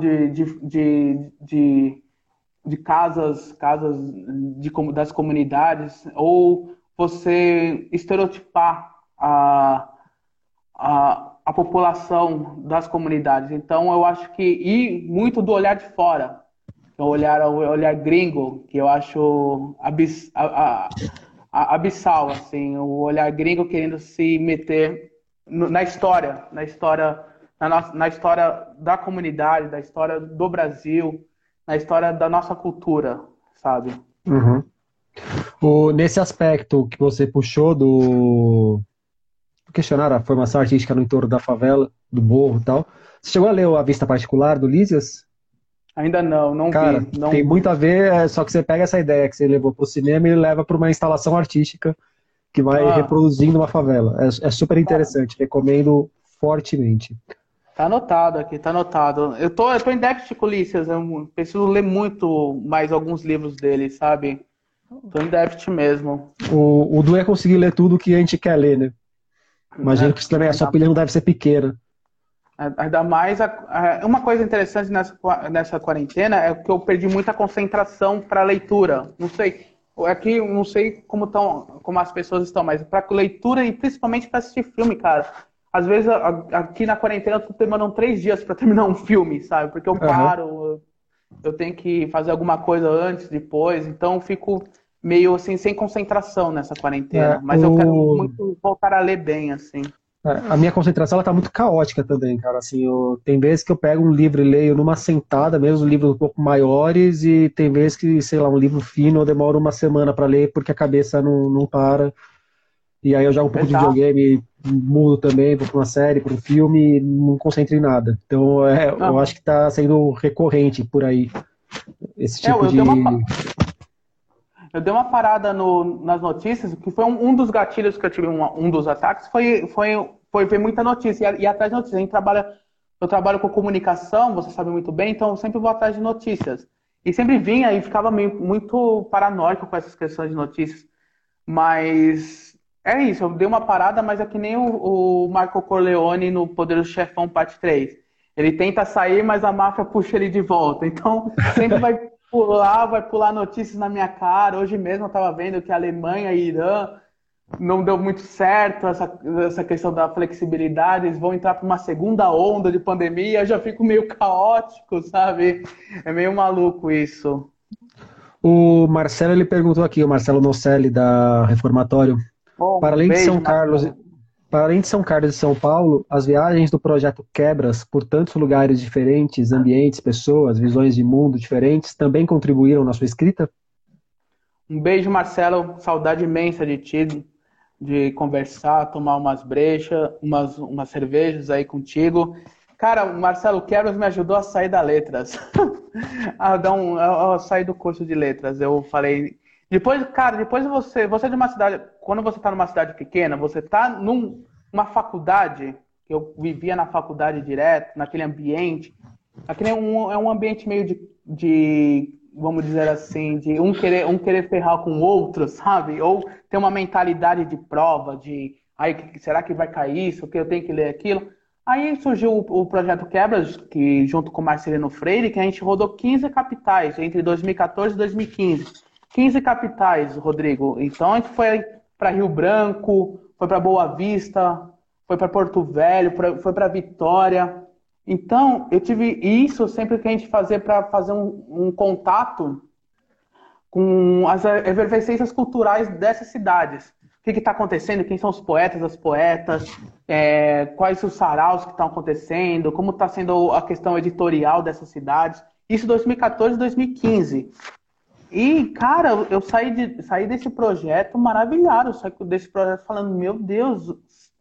de casas das comunidades, ou você estereotipar a população das comunidades. Então, eu acho que, e muito do olhar de fora, que é o olhar gringo, que eu acho abissal, assim, o olhar gringo querendo se meter na história da comunidade, da história do Brasil, na história da nossa cultura, sabe? Uhum. Nesse aspecto que você puxou do questionário a formação artística no entorno da favela, do morro e tal, você chegou a ler A Vista Particular do Lísias? Ainda não Cara, vi, não tem vi. muito a ver, só que você pega essa ideia que você levou para o cinema e leva para uma instalação artística que vai Ah, reproduzindo uma favela. É super cara, interessante, recomendo fortemente. tá anotado aqui, tá anotado. Eu tô em déficit com o Ulisses, eu preciso ler muito mais alguns livros dele, sabe? Tô em déficit mesmo. O Du é conseguir ler tudo que a gente quer ler, né? Imagino que também a sua Ainda, pilha não deve ser pequena. ainda mais. Uma coisa interessante nessa quarentena é que eu perdi muita concentração para leitura. Não sei. Aqui, eu não sei como as pessoas estão, mas para leitura e principalmente para assistir filme, cara. Às vezes, aqui na quarentena, eu tô demorando 3 dias para terminar um filme, sabe? Porque eu Aham. paro, eu tenho que fazer alguma coisa antes, depois, então eu fico meio assim, sem concentração nessa quarentena. É, Mas eu quero muito voltar a ler bem, assim. a minha concentração ela tá muito caótica também, cara. Assim, tem vezes que eu pego um livro e leio numa sentada, mesmo livros um pouco maiores, e tem vezes que, sei lá, um livro fino eu demoro uma semana para ler porque a cabeça não para. E aí eu jogo um pouco de Exato. videogame mudo também, vou para uma série, para um filme, não concentro em nada. Então, eu acho Aham. que está sendo recorrente por aí, esse É, tipo de... eu dei uma parada nas notícias, que foi um dos gatilhos que eu tive, um dos ataques, foi ver muita notícia e atrás de notícias. Eu trabalho com comunicação, você sabe muito bem, então eu sempre vou atrás de notícias. E sempre vinha e ficava muito paranoico com essas questões de notícias. Mas é isso, eu dei uma parada, mas é que nem o Marco Corleone no Poderoso Chefão Parte 3. Ele tenta sair, mas a máfia puxa ele de volta. Então, sempre vai pular notícias na minha cara. Hoje mesmo eu estava vendo que a Alemanha e Irã não deu muito certo essa questão da flexibilidade. Eles vão entrar para uma segunda onda de pandemia. Eu já fico meio caótico, sabe? É meio maluco isso. O Marcelo, ele perguntou aqui, o Marcelo Nocelli, da Reformatório, Bom, para além de São beijo, Carlos, Marcelo. para além de São Carlos e São Paulo, as viagens do projeto Quebras por tantos lugares diferentes, ambientes, pessoas, visões de mundo diferentes, também contribuíram na sua escrita? Um beijo, Marcelo. Saudade imensa de ti, de conversar, tomar umas brechas, umas cervejas aí contigo. Cara, o Marcelo Quebras me ajudou a sair da letras. A sair do curso de letras. Eu falei. Depois, cara, depois você é de uma cidade. Quando você tá numa cidade pequena, você tá numa faculdade, que eu vivia na faculdade direto, naquele ambiente. Aquele é um ambiente meio vamos dizer assim, de um querer ferrar com o outro, sabe? Ou ter uma mentalidade de prova, de ai, será que vai cair isso? Que eu tenho que ler aquilo. Aí surgiu o projeto Quebras, que junto com o Marcelino Freire, que a gente rodou 15 capitais entre 2014 e 2015. 15 capitais, Rodrigo. Então a gente foi para Rio Branco, foi para Boa Vista, foi para Porto Velho, foi para Vitória. Então, eu tive isso sempre que a gente fazia para fazer um contato com as efervescências culturais dessas cidades. O que está acontecendo? Quem são os poetas, as poetas? Quais os saraus que estão acontecendo? Como está sendo a questão editorial dessas cidades? Isso em 2014 e 2015. E, cara, eu saí desse projeto maravilhado. Eu saí desse projeto falando, meu Deus,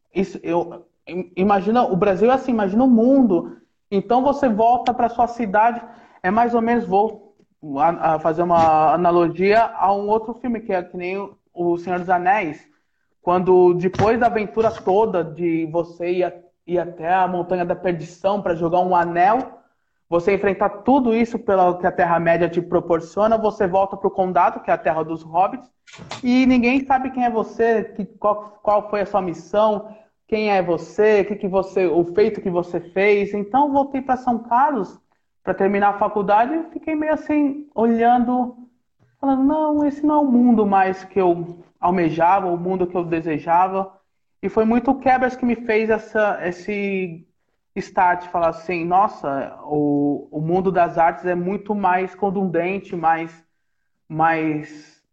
imagina, o Brasil é assim, imagina o mundo. Então você volta para sua cidade, é mais ou menos, vou a fazer uma analogia a um outro filme, que é que nem o Senhor dos Anéis, quando depois da aventura toda de você ir até a Montanha da Perdição para jogar um anel, você enfrentar tudo isso pelo que a Terra-média te proporciona, você volta para o Condado, que é a terra dos hobbits, e ninguém sabe quem é você, qual foi a sua missão, quem é você, o feito que você fez. Então voltei para São Carlos para terminar a faculdade e fiquei meio assim olhando, falando, não, esse não é o mundo mais que eu almejava, o mundo que eu desejava. E foi muito o Quebras que me fez esse start, falar assim, nossa, o mundo das artes é muito mais contundente, mais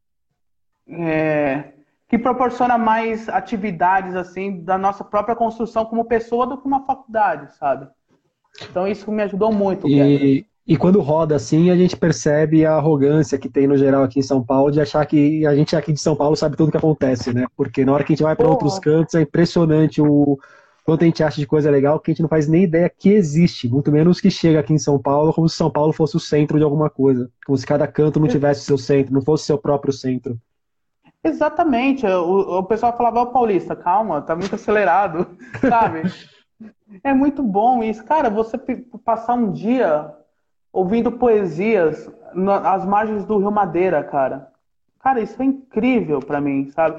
que proporciona mais atividades assim da nossa própria construção como pessoa do que uma faculdade, sabe? Então isso me ajudou muito, Quebras. E quando roda assim, a gente percebe a arrogância que tem no geral aqui em São Paulo de achar que a gente aqui de São Paulo sabe tudo o que acontece, né? Porque na hora que a gente vai para outros Porra, cantos é impressionante o quanto a gente acha de coisa legal que a gente não faz nem ideia que existe, muito menos que chega aqui em São Paulo como se São Paulo fosse o centro de alguma coisa, como se cada canto não tivesse o seu centro, não fosse o seu próprio centro. exatamente. O pessoal falava, ô Paulista, calma, tá muito acelerado, sabe? É muito bom isso. Cara, você passar um dia ouvindo poesias às margens do Rio Madeira, cara. Cara, isso é incrível pra mim, sabe?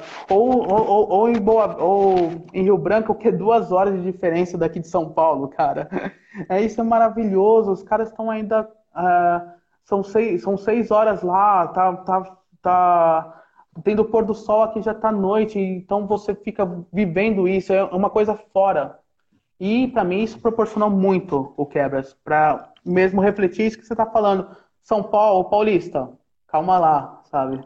Ou em Rio Branco, que é 2 horas de diferença daqui de São Paulo, cara. Isso é maravilhoso. Os caras estão ainda. São 6 horas lá, tá tendo o pôr do sol aqui, já tá noite, então você fica vivendo isso, é uma coisa fora. E para mim isso proporcionou muito o Quebras, para mesmo refletir isso que você está falando. São Paulo, Paulista, calma lá, sabe?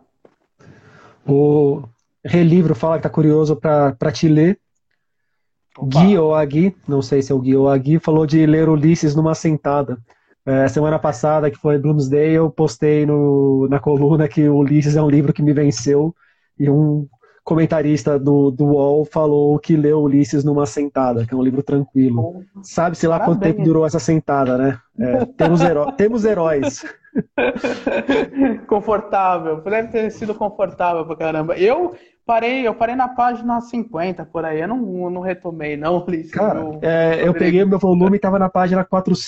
O Relivro fala que tá curioso para te ler. Opa! Gui ou Agui, não sei se é o Gui ou Agui, falou de ler Ulisses numa sentada. Semana passada, que foi Bloomsday, eu postei na coluna que o Ulisses é um livro que me venceu e um comentarista do UOL falou que leu Ulisses numa sentada, que é um livro tranquilo. Sabe-se lá quanto tempo durou essa sentada, né? Temos heróis. Confortável. Deve ter sido confortável pra caramba. Eu parei na página 50, por aí. Eu não retomei, não, Ulisses. Cara, eu peguei o meu volume e estava na página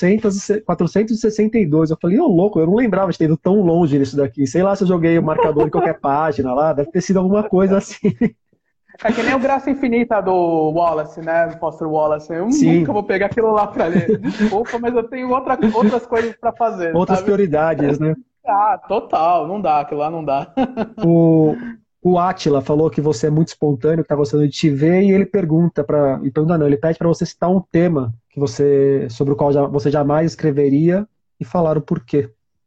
462. Eu falei, ô louco, eu não lembrava de ter ido tão longe nisso daqui. Sei lá se eu joguei o marcador em qualquer página lá, deve ter sido alguma coisa assim. É que nem o Graça Infinita do Wallace, né? Do Foster Wallace. Eu Sim. nunca vou pegar aquilo lá pra ler. Desculpa, mas eu tenho outras coisas pra fazer. Outras sabe? prioridades, né? Ah, total. Não dá, aquilo lá não dá. O Átila falou que você é muito espontâneo, que está gostando de te ver, e ele ele pede para você citar um tema sobre o qual você jamais escreveria e falar o porquê.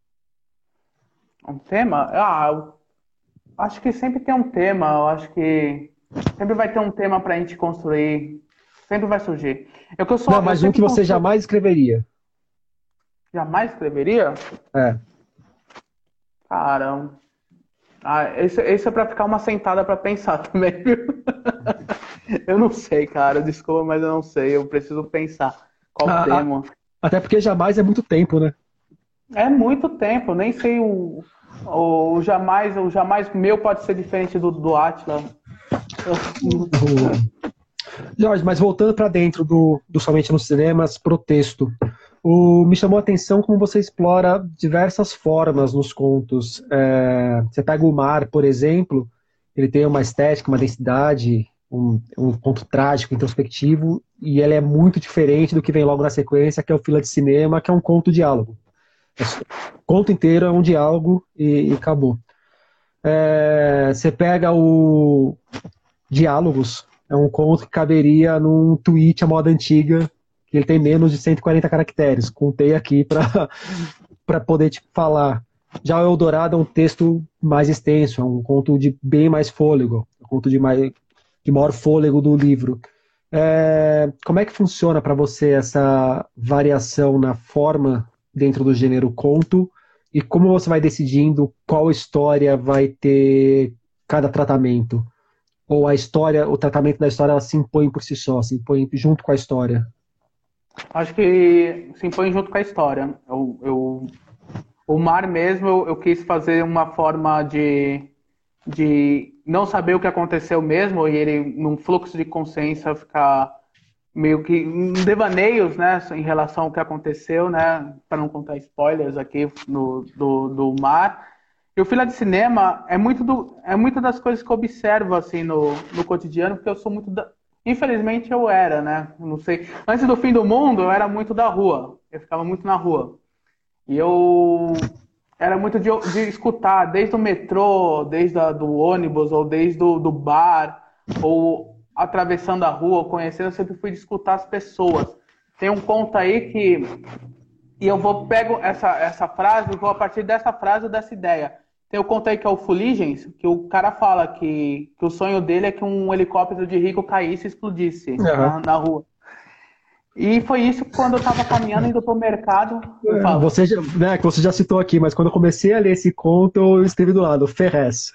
Um tema? Eu acho que sempre tem um tema. Eu acho que sempre vai ter um tema pra gente construir. Sempre vai surgir. Não, mas um que você jamais escreveria. Jamais escreveria? É. Caramba. Esse é pra ficar uma sentada pra pensar também, viu? Eu não sei, cara. Desculpa, mas eu não sei. Eu preciso pensar. Qual tema? Até porque jamais é muito tempo, né? É muito tempo. Eu nem sei o jamais meu pode ser diferente do Átila. Jorge, mas voltando para dentro do Somente nos Cinemas, pro texto. Me chamou a atenção como você explora diversas formas nos contos. Você pega o mar, por exemplo, ele tem uma estética, uma densidade, um conto trágico, introspectivo, e ele é muito diferente do que vem logo na sequência, que é o Fila de Cinema, que é um conto-diálogo. O conto inteiro é um diálogo e acabou. Você pega o Diálogos, é um conto que caberia num tweet à moda antiga, que ele tem menos de 140 caracteres. Contei aqui para poder te falar. Já o Eldorado é um texto mais extenso, é um conto de bem mais fôlego, um conto de maior fôlego do livro. Como é que funciona para você essa variação na forma dentro do gênero conto e como você vai decidindo qual história vai ter cada tratamento? Ou o tratamento da história ela se impõe por si só, se impõe junto com a história? Acho que se impõe junto com a história. O mar mesmo, eu quis fazer uma forma de não saber o que aconteceu mesmo e ele, num fluxo de consciência, ficar meio que em devaneios, né, em relação ao que aconteceu, né, para não contar spoilers aqui do mar. E o Fila de Cinema é muito das coisas que eu observo assim no cotidiano, porque eu sou muito infelizmente eu era, né? Não sei. Antes do fim do mundo, eu era muito da rua. Eu ficava muito na rua. E eu era muito de escutar, desde o metrô, desde do ônibus, ou desde do bar, ou atravessando a rua, ou conhecendo, eu sempre fui de escutar as pessoas. Tem um conto aí que... E pego essa frase e vou a partir dessa frase ou dessa ideia. Tem o conto aí que é o Fuligens, que o cara fala que o sonho dele é que um helicóptero de rico caísse e explodisse na rua. E foi isso quando eu tava caminhando, indo pro mercado. Você já citou aqui, mas quando eu comecei a ler esse conto, eu escrevi do lado, Ferrez.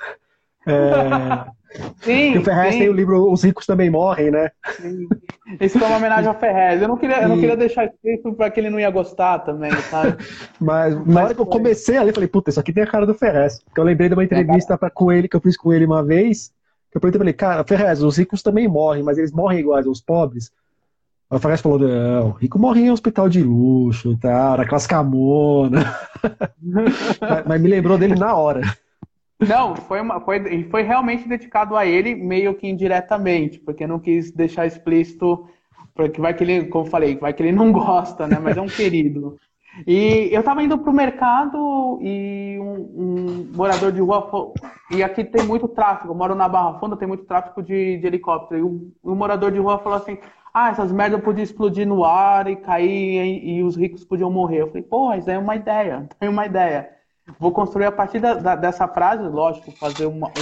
Sim, o Ferrez tem o livro Os Ricos Também Morrem, né? Sim. Isso foi uma homenagem ao Ferrez. Eu não queria deixar escrito para que ele não ia gostar também, sabe? Mas na hora que eu comecei a ler, falei, puta, isso aqui tem a cara do Ferrez. Porque eu lembrei de uma entrevista com ele, que eu fiz com ele uma vez, que eu falei, cara, Ferrez, os ricos também morrem, mas eles morrem iguais aos pobres. Aí o Ferrez falou, não, o rico morre em hospital de luxo, tá, na classe Camona. mas me lembrou dele na hora. Não, foi realmente dedicado a ele, meio que indiretamente, porque eu não quis deixar explícito, porque vai que ele, como eu falei, vai que ele não gosta, né? Mas é um querido. E eu tava indo pro mercado e um morador de rua falou, e aqui tem muito tráfego, eu moro na Barra Funda, tem muito tráfego de helicóptero. E o morador de rua falou assim, essas merdas podiam explodir no ar e cair e os ricos podiam morrer. Eu falei, pô, isso aí é uma ideia. Vou construir a partir dessa frase, lógico, fazer uma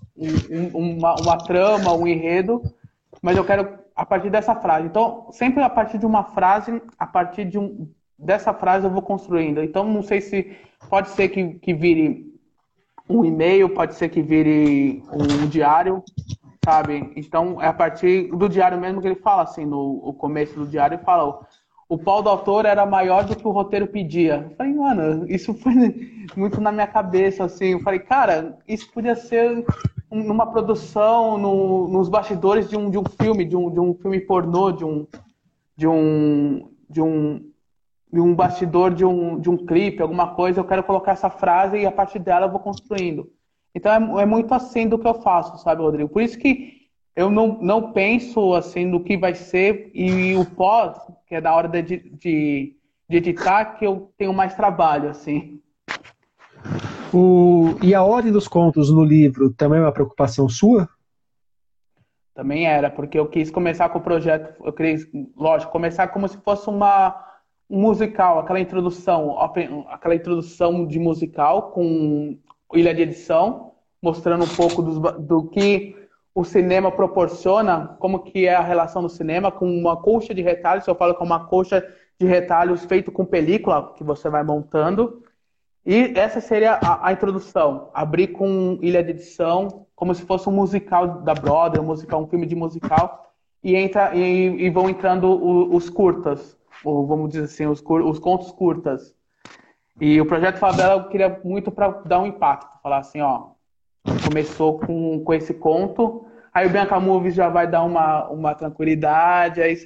trama, um enredo, mas eu quero a partir dessa frase. Então, sempre a partir de uma frase, dessa frase eu vou construindo. Então, não sei se pode ser que vire um e-mail, pode ser que vire um diário, sabe? Então, é a partir do diário mesmo que ele fala, assim, no o começo do diário, ele fala, o pau do autor era maior do que o roteiro pedia. Eu falei, mano, isso foi muito na minha cabeça, assim. Eu falei, cara, isso podia ser numa produção, nos bastidores de um filme, de um filme pornô, de um, de um, de um bastidor de um clipe, alguma coisa. Eu quero colocar essa frase e a partir dela eu vou construindo. Então é muito assim do que eu faço, sabe, Rodrigo? Por isso que eu não penso assim no que vai ser e o pós, que é da hora de editar, que eu tenho mais trabalho, assim. E a ordem dos contos no livro também é uma preocupação sua? Também era, porque eu quis começar com o projeto, eu queria, lógico, começar como se fosse um musical, aquela introdução de musical com ilha de edição, mostrando um pouco do que o cinema proporciona, como que é a relação do cinema, com uma colcha de retalhos, eu falo que é uma colcha de retalhos feito com película, que você vai montando, e essa seria a introdução. Abrir com ilha de edição, como se fosse um musical da Broadway, um filme de musical, e vão entrando os curtas, ou vamos dizer assim, os contos curtas. E o Projeto Favela eu queria muito para dar um impacto. Falar assim, ó, começou com esse conto, aí o Bianca Movies já vai dar uma tranquilidade, aí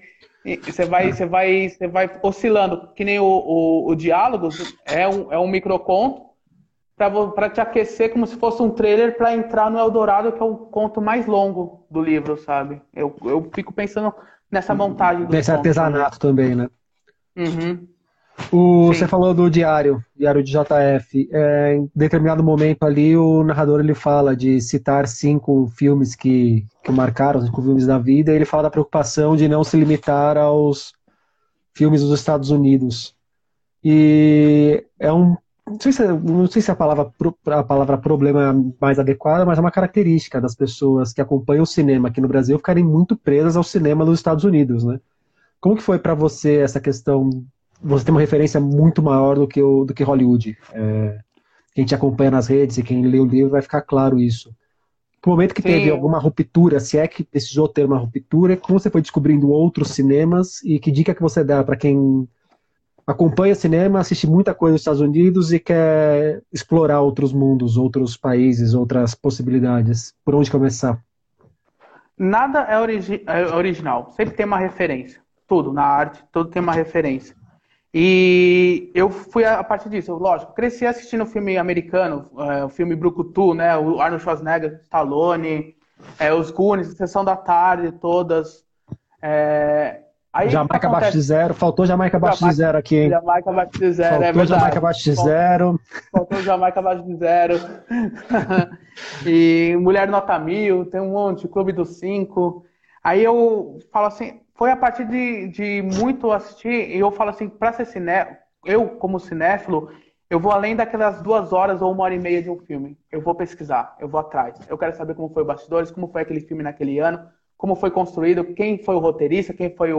você vai oscilando, que nem o Diálogos é um microconto para te aquecer como se fosse um trailer para entrar no Eldorado, que é o conto mais longo do livro, sabe? Eu fico pensando nessa montagem dos Nesse contos artesanato também, né? Uhum, Você sim. falou do diário de JF. Em determinado momento ali, o narrador ele fala de citar 5 filmes que o marcaram, 5 filmes da vida, e ele fala da preocupação de não se limitar aos filmes dos Estados Unidos. E não sei se a palavra problema é a mais adequada, mas é uma característica das pessoas que acompanham o cinema aqui no Brasil ficarem muito presas ao cinema dos Estados Unidos, né? Como que foi para você essa questão? Você tem uma referência muito maior do que Hollywood. Quem te acompanha nas redes e quem lê o livro vai ficar claro isso. No momento que teve Sim, alguma ruptura, se é que precisou ter uma ruptura, como você foi descobrindo outros cinemas e que dica que você dá para quem acompanha cinema, assiste muita coisa nos Estados Unidos e quer explorar outros mundos, outros países, outras possibilidades? Por onde começar? nada é original. Sempre tem uma referência. Tudo na arte, tudo tem uma referência. E eu fui a partir disso. Lógico, cresci assistindo filme americano, o filme Brucutu, né? O Arnold Schwarzenegger, Stallone, os Goonies, Sessão da Tarde, todas. É, Aí o que Jamaica abaixo de acontece? zero. Faltou Jamaica abaixo de Jamaica, zero aqui, hein? Jamaica abaixo de zero, é Faltou Jamaica verdade. abaixo de zero. Faltou Jamaica abaixo de zero. E Mulher Nota Mil, tem um monte, Clube dos Cinco. Aí eu falo assim, foi a partir de muito assistir, e eu falo assim, para ser cinéfilo, eu como cinéfilo, eu vou além daquelas 2 horas ou 1 hora e meia de um filme. Eu vou pesquisar, eu vou atrás. Eu quero saber como foi o bastidores, como foi aquele filme naquele ano, como foi construído, quem foi o roteirista, quem foi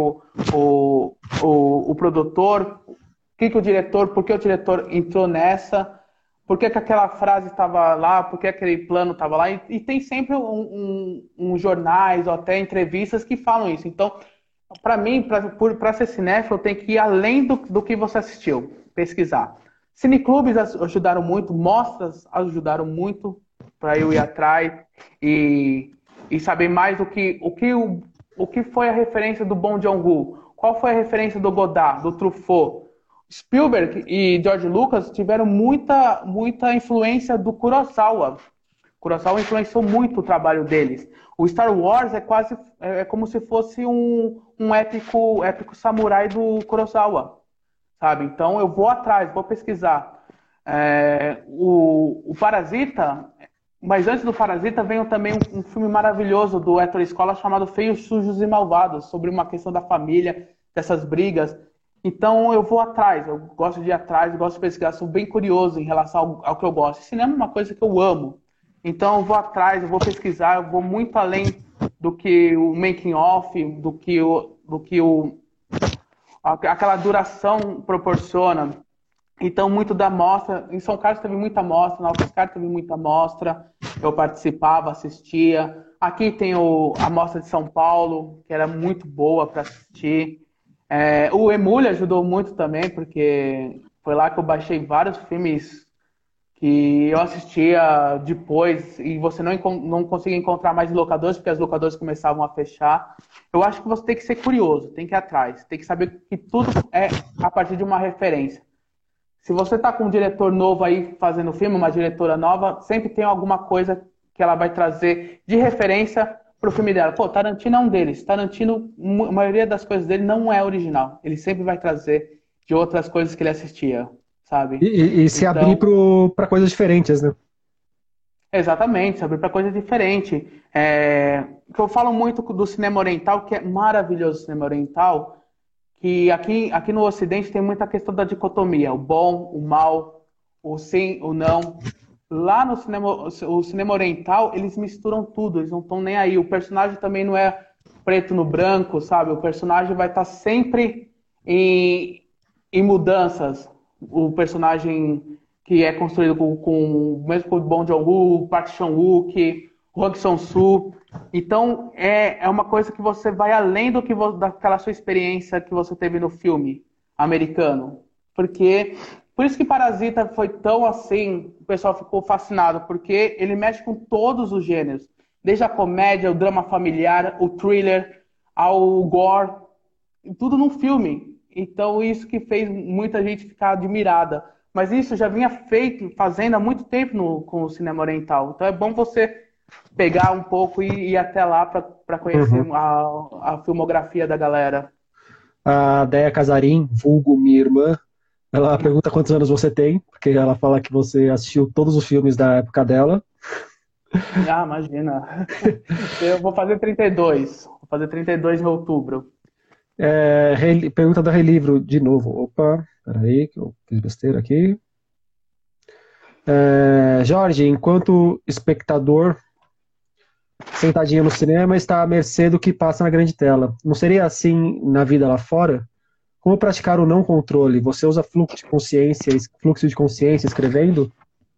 o produtor, que o diretor, por que o diretor entrou nessa, por que aquela frase estava lá, por que aquele plano estava lá, e tem sempre jornais ou até entrevistas que falam isso. Então, para mim, para ser cinéfilo, tem que ir além do que você assistiu, pesquisar. Cineclubes ajudaram muito, mostras ajudaram muito para eu ir atrás e saber mais o que foi a referência do Bong Joon-ho, qual foi a referência do Godard, do Truffaut. Spielberg e George Lucas tiveram muita influência do Kurosawa. Kurosawa influenciou muito o trabalho deles. O Star Wars é como se fosse um épico samurai do Kurosawa, sabe? Então eu vou atrás, vou pesquisar. O Parasita, mas antes do Parasita veio também um filme maravilhoso do Héctor Escola chamado Feios, Sujos e Malvados, sobre uma questão da família, dessas brigas. Então eu vou atrás, eu gosto de ir atrás, eu gosto de pesquisar, sou bem curioso em relação ao que eu gosto. Cinema é uma coisa que eu amo. Então eu vou atrás, eu vou pesquisar, eu vou muito além do que o making off, aquela duração proporciona. Então, muito da mostra. Em São Carlos teve muita mostra, na UFSCar teve muita mostra. Eu participava, assistia. Aqui tem a Mostra de São Paulo, que era muito boa para assistir. O Emule ajudou muito também, porque foi lá que eu baixei vários filmes que eu assistia depois e você não conseguia encontrar mais em locadores, porque as locadoras começavam a fechar. Eu acho que você tem que ser curioso, tem que ir atrás, tem que saber que tudo é a partir de uma referência. Se você está com um diretor novo aí fazendo filme, uma diretora nova, sempre tem alguma coisa que ela vai trazer de referência pro filme dela. Pô, Tarantino é um deles. Tarantino, a maioria das coisas dele não é original. Ele sempre vai trazer de outras coisas que ele assistia, sabe? E se abrir Então, para coisas diferentes, né? exatamente, sabe? Para coisa diferente. Que eu falo muito do cinema oriental, que é maravilhoso o cinema oriental, que aqui no Ocidente tem muita questão da dicotomia, o bom, o mal, o sim, o não. Lá no cinema, o cinema oriental, eles misturam tudo, eles não estão nem aí. O personagem também não é preto no branco, sabe? O personagem vai estar sempre em mudanças. O personagem que é construído mesmo com o Bong Joon-ho, o Park Chan-wook, o Hong Sang-soo. Então, é uma coisa que você vai além daquela sua experiência que você teve no filme americano. Por isso que Parasita foi tão assim, o pessoal ficou fascinado, porque ele mexe com todos os gêneros. Desde a comédia, o drama familiar, o thriller, ao gore, tudo num filme. Então, isso que fez muita gente ficar admirada. Mas isso já vinha fazendo há muito tempo com o cinema oriental. Então é bom você pegar um pouco e ir até lá para conhecer Uhum. a filmografia da galera. A Deia Casarim, vulgo minha irmã, ela pergunta quantos anos você tem, porque ela fala que você assistiu todos os filmes da época dela. Ah, imagina. Eu vou fazer 32. Vou fazer 32 em outubro. Pergunta do Relivro de novo. Opa, peraí, que eu fiz besteira aqui. Jorge, enquanto espectador, sentadinho no cinema, está à mercê do que passa na grande tela. Não seria assim na vida lá fora? Como praticar o não controle? Você usa fluxo de consciência escrevendo?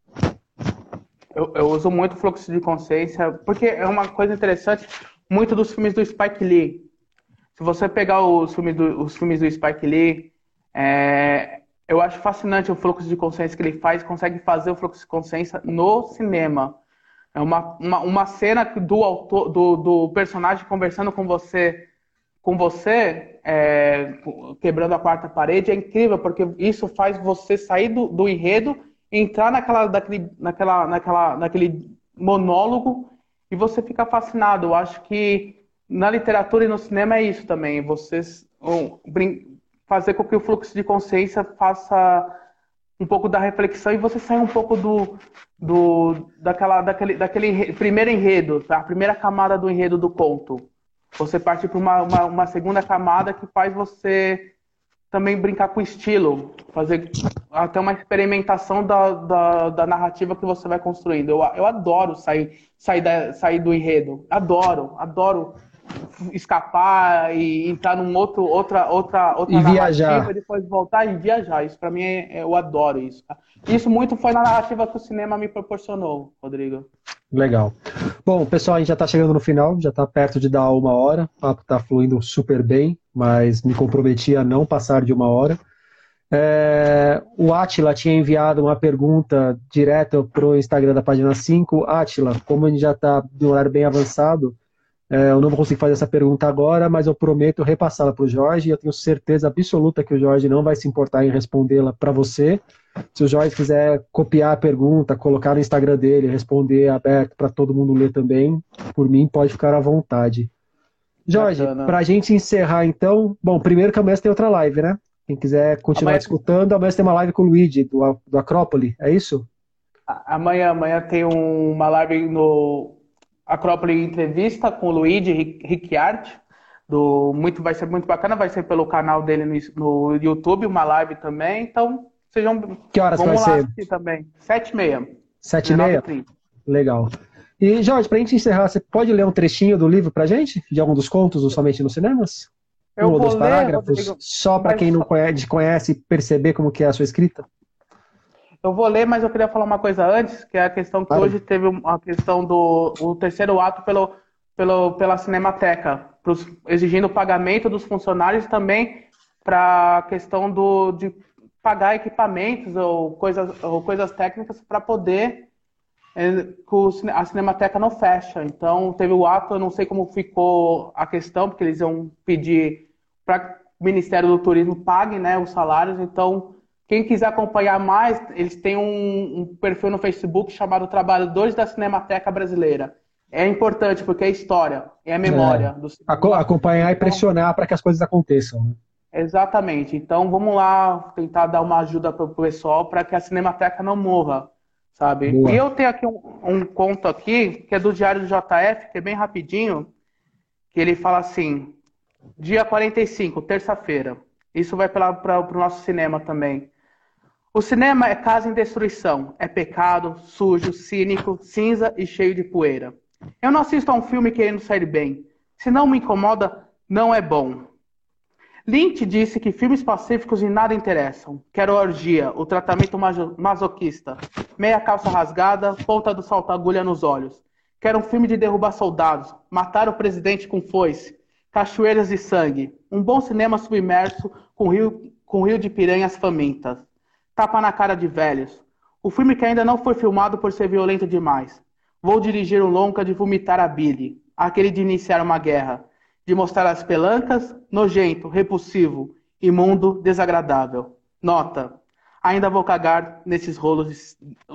Eu uso muito fluxo de consciência, porque é uma coisa interessante, muito dos filmes do Spike Lee. Se você pegar os filmes do Spike Lee, eu acho fascinante o fluxo de consciência que ele faz, consegue fazer o fluxo de consciência no cinema. É uma cena do personagem conversando com você, quebrando a quarta parede, é incrível, porque isso faz você sair do enredo e entrar naquele monólogo e você fica fascinado. Eu acho que na literatura e no cinema é isso também, fazer com que o fluxo de consciência faça um pouco da reflexão e você sai um pouco daquele primeiro enredo, a primeira camada do enredo do conto. Você parte para uma segunda camada que faz você também brincar com o estilo, fazer até uma experimentação da narrativa que você vai construindo. Eu adoro sair do enredo. Adoro escapar e entrar outra E narrativa viajar. e depois voltar e viajar. Isso para mim eu adoro isso. Isso muito foi na narrativa que o cinema me proporcionou, Rodrigo. Legal. Bom, pessoal, a gente já está chegando no final, já está perto de dar 1 hora. O papo está fluindo super bem, mas me comprometi a não passar de 1 hora. O Átila tinha enviado uma pergunta direta para o Instagram da página 5. Átila, como a gente já está de um horário bem avançado, eu não vou conseguir fazer essa pergunta agora, mas eu prometo repassá-la para o Jorge e eu tenho certeza absoluta que o Jorge não vai se importar em respondê-la para você. Se o Jorge quiser copiar a pergunta, colocar no Instagram dele, responder aberto para todo mundo ler também, por mim pode ficar à vontade. Jorge, Bacana. para a gente encerrar então, bom, primeiro que amanhã tem outra live, né? Quem quiser continuar escutando, amanhã tem uma live com o Luigi, do Acrópole, é isso? Amanhã tem uma live no Acrópole Entrevista com o Luigi Ricciardi. Vai ser muito bacana, vai ser pelo canal dele no YouTube, uma live também. Então, que horas vamos vai lá ser? assistir também. 7h30. 7h30? 19h30. Legal. E, Jorge, para a gente encerrar, você pode ler um trechinho do livro para gente? De algum dos contos do Somente nos Cinemas? Eu Um ou vou dois ler, parágrafos? Rodrigo, Só para mas quem não conhece perceber como que é a sua escrita? eu vou ler, mas eu queria falar uma coisa antes, que é a questão que Claro. hoje teve a questão do o terceiro ato pela Cinemateca, exigindo o pagamento dos funcionários também para a questão de pagar equipamentos ou coisas técnicas para poder a Cinemateca não fecha. Então, teve o ato, eu não sei como ficou a questão, porque eles iam pedir para o Ministério do Turismo pague, né, os salários. Então, quem quiser acompanhar mais, eles têm um perfil no Facebook chamado Trabalhadores da Cinemateca Brasileira. É importante, porque é história, é a memória do cinema. Acompanhar e pressionar para que as coisas aconteçam, né? Exatamente. Então, vamos lá tentar dar uma ajuda para o pessoal para que a Cinemateca não morra, sabe? Boa. E eu tenho aqui um conto aqui, que é do Diário do JF, que é bem rapidinho, que ele fala assim, dia 45, terça-feira. Isso vai para o nosso cinema também. O cinema é casa em destruição, é pecado, sujo, cínico, cinza e cheio de poeira. Eu não assisto a um filme querendo sair bem. Se não me incomoda, não é bom. Lynch disse que filmes pacíficos em nada interessam. Quero orgia, o tratamento masoquista, meia calça rasgada, ponta do salto-agulha nos olhos. Quero um filme de derrubar soldados, matar o presidente com foice, cachoeiras de sangue, um bom cinema submerso com rio de piranhas famintas. Tapa na cara de velhos. O filme que ainda não foi filmado por ser violento demais. Vou dirigir um longa de vomitar a bile, aquele de iniciar uma guerra, de mostrar as pelancas, nojento, repulsivo, imundo, desagradável. Nota, ainda vou cagar nesses rolos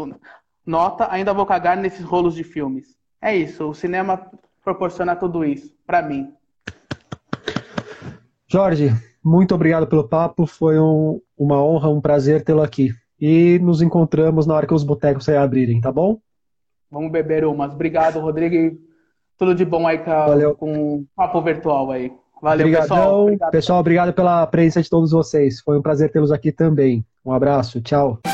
de filmes. É isso, o cinema proporciona tudo isso, pra mim. Jorge, muito obrigado pelo papo, foi uma honra, um prazer tê-lo aqui. E nos encontramos na hora que os botecos aí abrirem, tá bom? Vamos beber umas. Obrigado, Rodrigo. E tudo de bom aí com o papo virtual aí. Valeu, Obrigadão. pessoal. Pessoal, obrigado pela presença de todos vocês. Foi um prazer tê-los aqui também. Um abraço, tchau.